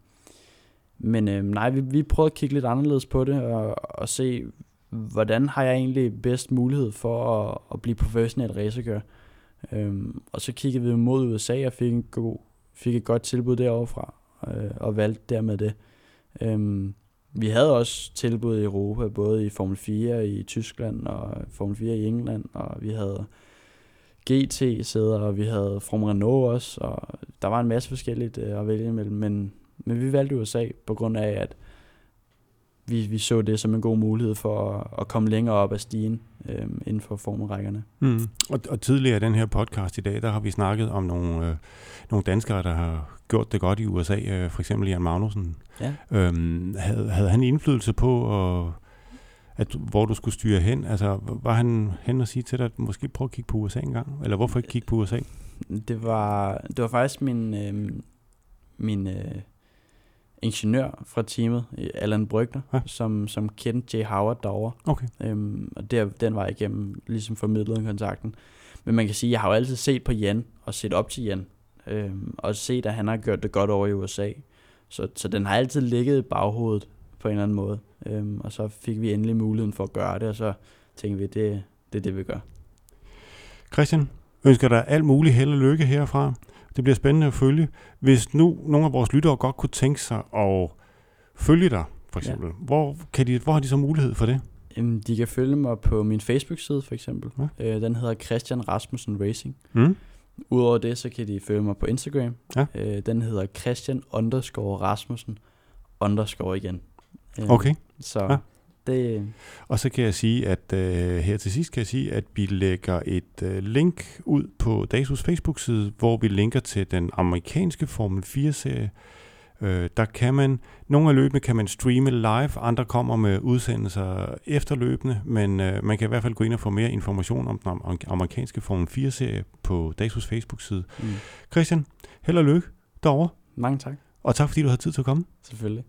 men øh, nej, vi, vi prøvede at kigge lidt anderledes på det, og, og se, hvordan har jeg egentlig bedst mulighed for at, at blive professionel racerkører. Øhm, og så kiggede vi mod U S A og fik en god fik et godt tilbud derovre fra, øh, og valgte dermed det. Øhm, vi havde også tilbud i Europa, både i Formel fire i Tyskland, og Formel fire i England, og vi havde G T-sæder, og vi havde From Renault også, og der var en masse forskelligt øh, at vælge imellem, men, men vi valgte U S A på grund af, at vi, vi så det som en god mulighed for at, at komme længere op ad stigen øh, inden for formelrækkerne. Mm. Og, og tidligere i den her podcast i dag, der har vi snakket om nogle, øh, nogle danskere, der har gjort det godt i U S A, øh, for eksempel Jan Magnussen. Ja. Øhm, havde, havde han indflydelse på, og, at, hvor du skulle styre hen? Altså, var han hen og sige til dig, at måske prøve at kigge på U S A en gang? Eller hvorfor ikke kigge på U S A? Det var, det var faktisk min, øh, min øh, ingeniør fra teamet, Allan Brygner, ja. som, som kendte Jay Howard derovre. Okay. Øhm, og der, den var igennem ligesom formidlet kontakten. Men man kan sige, jeg har jo altid set på Jan, og set op til Jan, øhm, og set, at han har gjort det godt over i U S A. Så, så den har altid ligget i baghovedet på en eller anden måde. Øhm, og så fik vi endelig muligheden for at gøre det, og så tænkte vi, det, det er det, vi gør. Christian, ønsker dig alt muligt held og lykke herfra. Det bliver spændende at følge. Hvis nu nogle af vores lyttere godt kunne tænke sig at følge dig, for eksempel, ja. hvor, kan de, hvor har de så mulighed for det? Jamen, de kan følge mig på min Facebook-side, for eksempel. Ja. Øh, den hedder Christian Rasmussen Racing. Mm. Udover det, så kan de følge mig på Instagram. Ja. Øh, den hedder Christian underscore Rasmussen underscore igen. Øh, Okay. Så Ja. det... Og så kan jeg sige, at øh, her til sidst kan jeg sige, at vi lægger et øh, link ud på DASUs Facebook-side, hvor vi linker til den amerikanske Formel fire-serie. Øh, der kan man, nogle af løbene kan man streame live, andre kommer med udsendelser efterløbende, men øh, man kan i hvert fald gå ind og få mere information om den amerikanske Formel fire-serie på DASUs Facebook-side. Mm. Christian, held og lykke derovre. Mange tak. Og tak fordi du havde tid til at komme. Selvfølgelig.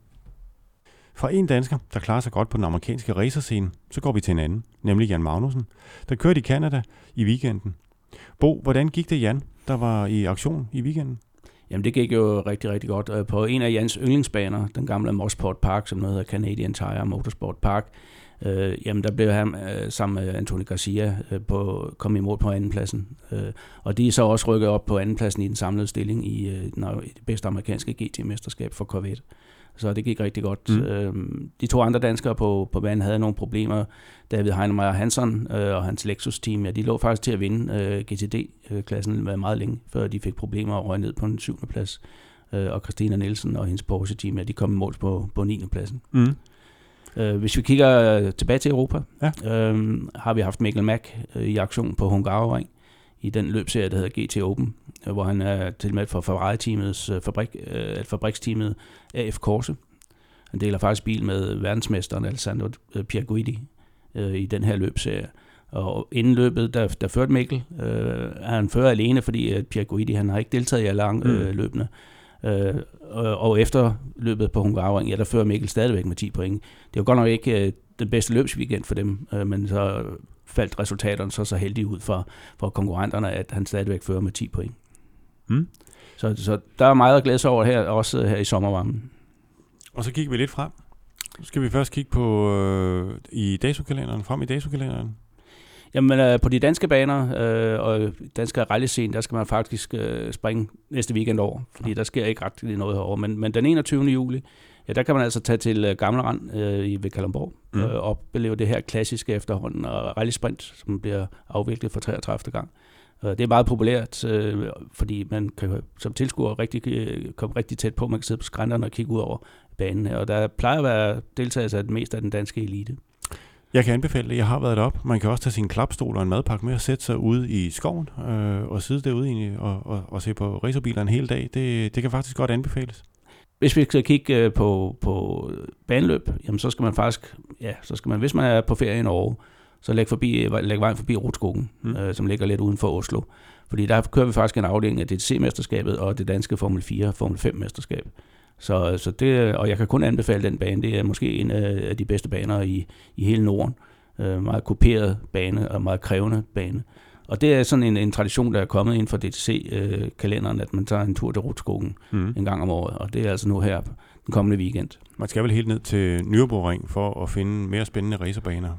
Fra en dansker, der klarer sig godt på den amerikanske racerscene, så går vi til en anden, nemlig Jan Magnussen, der kørte i Canada i weekenden. Bo, hvordan gik det Jan, der var i aktion i weekenden? Jamen det gik jo rigtig, rigtig godt. På en af Jans yndlingsbaner, den gamle Mosport Park, som noget hedder Canadian Tire Motorsport Park, øh, jamen der blev han øh, sammen med Anthony Garcia øh, på, kom i mål på andenpladsen. Øh, og de er så også rykket op på andenpladsen i den samlede stilling i, øh, i det bedste amerikanske G T-mesterskab for Corvette. Så det gik rigtig godt. Mm. Øhm, de to andre danskere på, på banen havde nogle problemer. David Heinemeier Hansson øh, og hans Lexus-team, ja, de lå faktisk til at vinde øh, G T D-klassen øh, meget længe, før de fik problemer og røg ned på den syvende plads. Øh, og Christina Nielsen og hendes Porsche-team, ja, de kom i mål på, på niende pladsen. Mm. Øh, hvis vi kigger tilbage til Europa, ja. øh, har vi haft Mikkel Mack øh, i aktion på Hungaroring i den løbserie, der hedder G T Open, hvor han er tilmeldt for Ferrari-teamets fabrik, øh, fabriksteamet A F Corse. Han deler faktisk bil med verdensmesteren Alessandro Pierguidi øh, i den her løbserie. Og inden løbet, der, der førte Mikkel, øh, han fører alene, fordi at Pierguidi han har ikke deltaget i alle øh, løbene. Øh, og, og efter løbet på Hungaroring, ja, der fører Mikkel stadigvæk med ti point. Det var godt nok ikke øh, den bedste løbsweekend for dem, øh, men så faldt resultaterne så så heldige ud for, for konkurrenterne, at han stadigvæk fører med ti point. Mm. Så, så der er meget at glæde sig over her, også her i sommervarmen. Og så kigger vi lidt frem. Så skal vi først kigge på øh, i DASU-kalenderen, frem i DASU-kalenderen. Jamen øh, på de danske baner øh, og danske rallyscene, der skal man faktisk øh, springe næste weekend over, fordi ja. Der sker ikke ret noget herovre. Men, men den enogtyvende juli, ja, der kan man altså tage til øh, Gamle Rand øh, i ved Kalundborg mm. øh, og opleve det her klassiske efterhånden og rallysprint, som bliver afviklet for treogtredivte gang. Øh, det er meget populært, øh, fordi man kan som tilskuer rigtig, øh, komme rigtig tæt på. Man kan sidde på skrænterne og kigge ud over banen her, og der plejer at være deltagelse af det meste af den danske elite. Jeg kan anbefale det. Jeg har været op. Man kan også tage sin klapstol og en madpakke med og sætte sig ude i skoven øh, og sidde derude i, og, og, og se på racerbiler en hel dag. Det, det kan faktisk godt anbefales. Hvis vi skal kigge på, på baneløb, jamen så skal man faktisk, ja, så skal man, hvis man er på ferie i Norge, så læg, forbi, læg vejen forbi Rotskogen, mm. øh, som ligger lidt uden for Oslo. Fordi der kører vi faktisk en afdeling af D T C-mesterskabet og det danske Formel fire og Formel fem-mesterskab. Så, så det, og jeg kan kun anbefale den bane. Det er måske en af de bedste baner i, i hele Norden. Øh, meget kuperet bane og meget krævende bane. Og det er sådan en, en tradition, der er kommet inden for D T C-kalenderen, øh, at man tager en tur til Rotskogen mm. en gang om året. Og det er altså nu her den kommende weekend. Man skal vel helt ned til Nürburgring for at finde mere spændende racerbaner?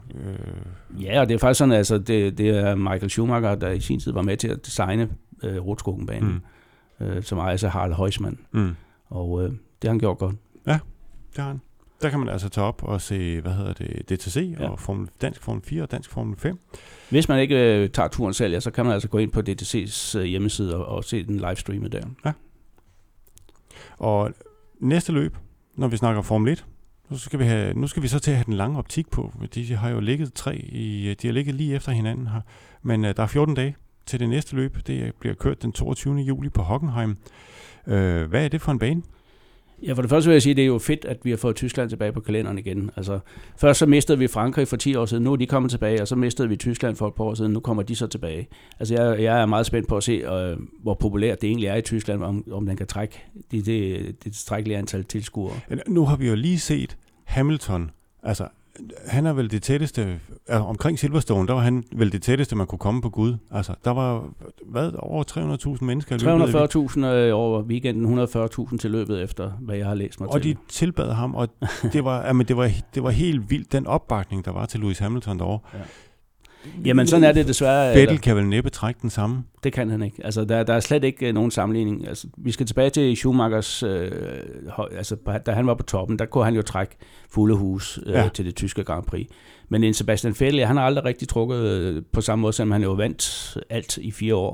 Øh. Ja, og det er faktisk sådan, altså det, det er Michael Schumacher, der i sin tid var med til at designe øh, Rotskogen-banen, mm. øh, som ejes af Harald Heusmann. Mm. Og øh, det har han gjort godt. Ja, det har han. Der kan man altså tage op og se, hvad hedder det, D T C ja. og Formel, dansk Formel fire og dansk Formel fem. Hvis man ikke øh, tager turen selv, ja, så kan man altså gå ind på D T C's øh, hjemmeside og, og se den livestreamet der. Ja. Og næste løb, når vi snakker Formel et, så skal vi have, nu skal vi så til at have den lange optik på. De har jo ligget tre i, de har ligget lige efter hinanden her. Men øh, der er fjorten dage til det næste løb. Det bliver kørt den toogtyvende juli på Hockenheim. Øh, hvad er det for en bane? Ja, for det første vil jeg sige, at det er jo fedt, at vi har fået Tyskland tilbage på kalenderen igen. Altså, først så mistede vi Frankrig for ti år siden, nu er de kommet tilbage, og så mistede vi Tyskland for et par år siden, nu kommer de så tilbage. Altså, jeg, jeg er meget spændt på at se, øh, hvor populært det egentlig er i Tyskland, om, om den kan trække det, det, det tilstrækkelige antal tilskuere. Nu har vi jo lige set Hamilton, altså han er vel det tætteste, altså, omkring Silverstone, der var han vel det tætteste, man kunne komme på Gud. Altså, der var, hvad, over tre hundrede tusind mennesker i løbet. tre hundrede og fyrre tusind over weekenden, et hundrede og fyrre tusind til løbet efter, hvad jeg har læst mig og til. Og de tilbad ham, og det var, jamen, det var, det var helt vildt, den opbakning, der var til Lewis Hamilton derovre. Ja. Jamen, sådan er det desværre. Vettel kan vel næppe trække den samme? Det kan han ikke. Altså, der, der er slet ikke uh, nogen sammenligning. Altså, vi skal tilbage til Schumachers, øh, altså, da han var på toppen, der kunne han jo trække fulde hus øh, ja. til det tyske Grand Prix. Men en Sebastian Vettel, han har aldrig rigtig trukket øh, på samme måde, som han jo vandt alt i fire år.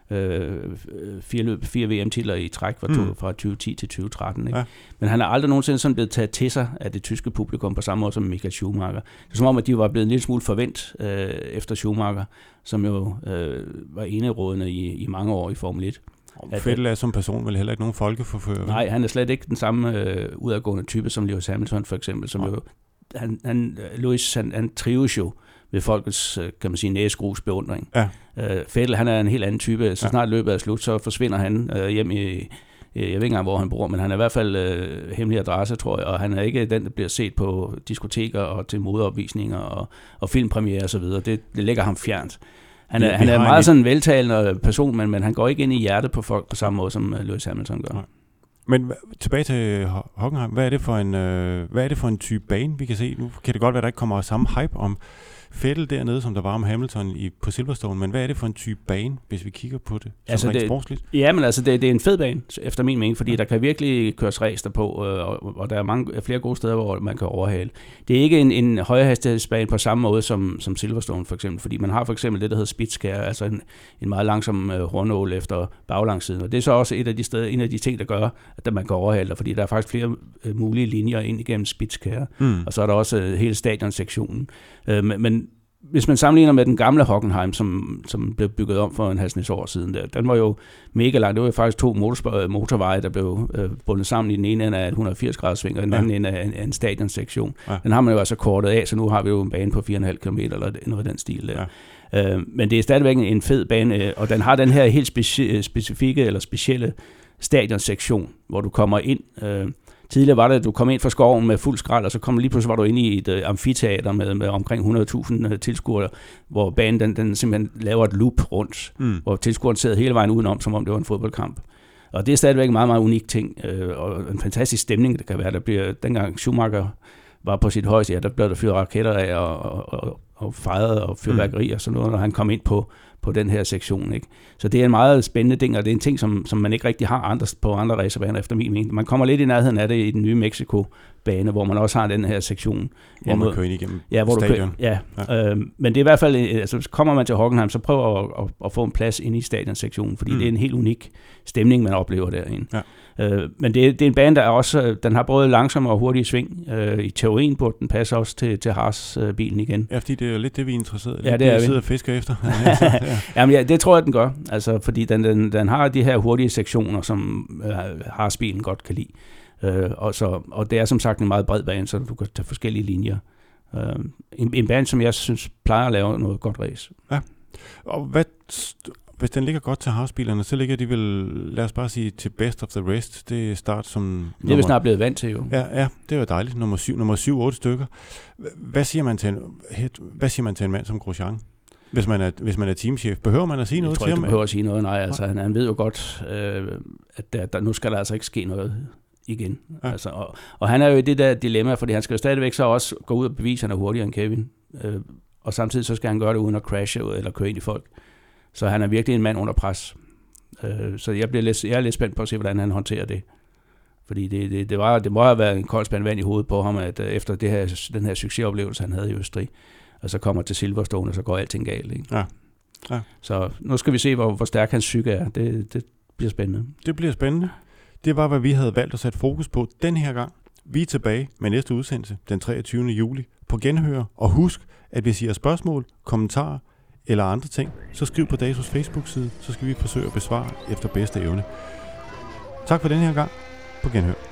øh, fire, løb, fire V M-titler i træk fra, to, Mm. fra tyve ti til tyve tretten. Ikke? Ja. Men han er aldrig nogensinde sådan blevet taget til sig af det tyske publikum på samme måde som Michael Schumacher. Det er som om, at de var blevet en lille smule forvent øh, efter Schumacher, som jo øh, var enerådende i, i mange år i Formel et. At, Vettel er som person vel heller ikke nogen folkeforfører. Nej, han er slet ikke den samme øh, udadgående type som Lewis Hamilton for eksempel, som jo, han, han, Lewis, han, han trives jo ved folkets, kan man sige, næsegrus beundring. Ja. Øh, Vettel, han er en helt anden type. Så Ja. snart løbet er slut, så forsvinder han øh, hjem i, jeg ved ikke engang, hvor han bor, men han er i hvert fald øh, hemmelig adresse, tror jeg, og han er ikke den, der bliver set på diskoteker og til modeopvisninger og, og filmpremiere og så videre. Det, det ligger ham fjernt. Han er, Vi- han vi er har meget en- sådan en veltalende person, men, men han går ikke ind i hjertet på folk på samme måde, som øh, Lewis Hamilton gør. Nej. Men hva- tilbage til Ho- Hockenheim. Hvad er det for en, øh, hvad er det for en type bane, vi kan se? Nu kan det godt være, at der ikke kommer samme hype om Vettel dernede, som der var om Hamilton i, på Silverstone, men hvad er det for en type bane, hvis vi kigger på det, som Altså, rent det- sportsligt? Ja, men altså, det, det er en fed bane, efter min mening, fordi Ja. der kan virkelig køres race derpå, øh, og, og der er mange, flere gode steder, hvor man kan overhale. Det er ikke en, en højhastighedsbane på samme måde som, som Silverstone for eksempel, fordi man har for eksempel det, der hedder Spitzkær, altså en, en meget langsom øh, hornål efter baglangsiden, og det er så også et af de steder, en af de ting, der gør, at man kan overhale der, fordi der er faktisk flere øh, mulige linjer ind igennem Spitzkær, Mm. og så er der også øh, hele stadionsektionen. Øh, men, men hvis man sammenligner med den gamle Hockenheim, som, som blev bygget om for en halvsnes år siden, der, den var jo mega lang. Det var jo faktisk to motor, motorveje, der blev øh, bundet sammen i den ene ende af et et hundrede og firs graders sving, og den Ja. anden ende af en, af en stadionsektion. Ja. Den har man jo altså kortet af, så nu har vi jo en bane på fire komma fem kilometer, eller noget af den stil der. Ja. Øh, men det er stadigvæk en, en fed bane, øh, og den har den her helt speci- specifikke eller specielle stadionsektion, hvor du kommer ind. Øh, Tidligere var det, at du kom ind fra skoven med fuld skrald, og så kom lige pludselig var du inde i et uh, amfiteater med, med omkring hundrede tusind uh, tilskuere, hvor banen den, den simpelthen laver et loop rundt, Mm. hvor tilskueren sidder hele vejen udenom, som om det var en fodboldkamp. Og det er stadigvæk en meget, meget unik ting, øh, og en fantastisk stemning, det kan være. Der bliver, dengang Schumacher var på sit højeste, ja, der blev der fyret raketter af og, og, og, og fejret og fyrværkeri og sådan noget, når han kom ind på, på den her sektion. Ikke? Så det er en meget spændende ting, og det er en ting, som, som man ikke rigtig har andre, på andre racerbaner efter min mening. Man kommer lidt i nærheden af det i den nye Mexico-bane, hvor man også har den her sektion. Hvor man kører ind igennem ja, hvor stadion. Du kører, ja, ja. Øh, men det er i hvert fald, altså kommer man til Hockenheim, så prøv at, at, at få en plads inde i stadionsektionen, fordi mm. det er en helt unik stemning, man oplever derinde. Ja. Øh, men det, det er en bane, der er også, den har både langsomme og hurtige sving. Øh, I teorien burde den passe også til, til Haas-bilen igen. Ja, fordi det er lidt det, vi er interesseret i. Ja, det det er vi vi. sidder og fisker efter. ja. Jamen ja, det tror jeg, den gør. Altså, fordi den, den, den har de her hurtige sektioner, som øh, Haas-bilen godt kan lide. Øh, og, så, og det er som sagt en meget bred bane, så du kan tage forskellige linjer. Øh, en, en bane, som jeg synes plejer at lave noget godt race. Ja. Og hvad, hvis den ligger godt til Haas-bilerne, så ligger de vel, lad os bare sige, til best of the rest. Det er start som... Det er vi snart blevet vant til jo. Ja, ja, det er jo dejligt. Nummer syv, nummer syv, otte stykker. Hvad siger man til en, hvad siger man til en mand som Grosjean? Hvis man er, hvis man er teamchef, behøver man at sige noget jeg tror til ikke, ham? du behøver at sige noget. Nej, altså, han, han ved jo godt, øh, at der, der, nu skal der altså ikke ske noget igen. Ja. Altså, og, og han er jo i det der dilemma, fordi han skal jo stadigvæk så også gå ud og bevise, at han er hurtigere end Kevin. Øh, og samtidig så skal han gøre det uden at crashe eller køre ind i folk. Så han er virkelig en mand under pres. Øh, så jeg, bliver lidt, jeg er lidt spændt på at se, hvordan han håndterer det. Fordi det, det, det, var, det må have været en kold spand vand i hovedet på ham, at efter det her, den her succesoplevelse, han havde i Østrig, og så kommer til Silverstone, og så går alting galt. Ikke? Ja. Ja. Så nu skal vi se, hvor, hvor stærk hans psyke er. Det, det bliver spændende. Det bliver spændende. Det var, hvad vi havde valgt at sætte fokus på den her gang. Vi er tilbage med næste udsendelse den treogtyvende juli på Genhør. Og husk, at hvis I har spørgsmål, kommentarer eller andre ting, så skriv på Dasos Facebook-side, så skal vi forsøge at besvare efter bedste evne. Tak for den her gang. På Genhør.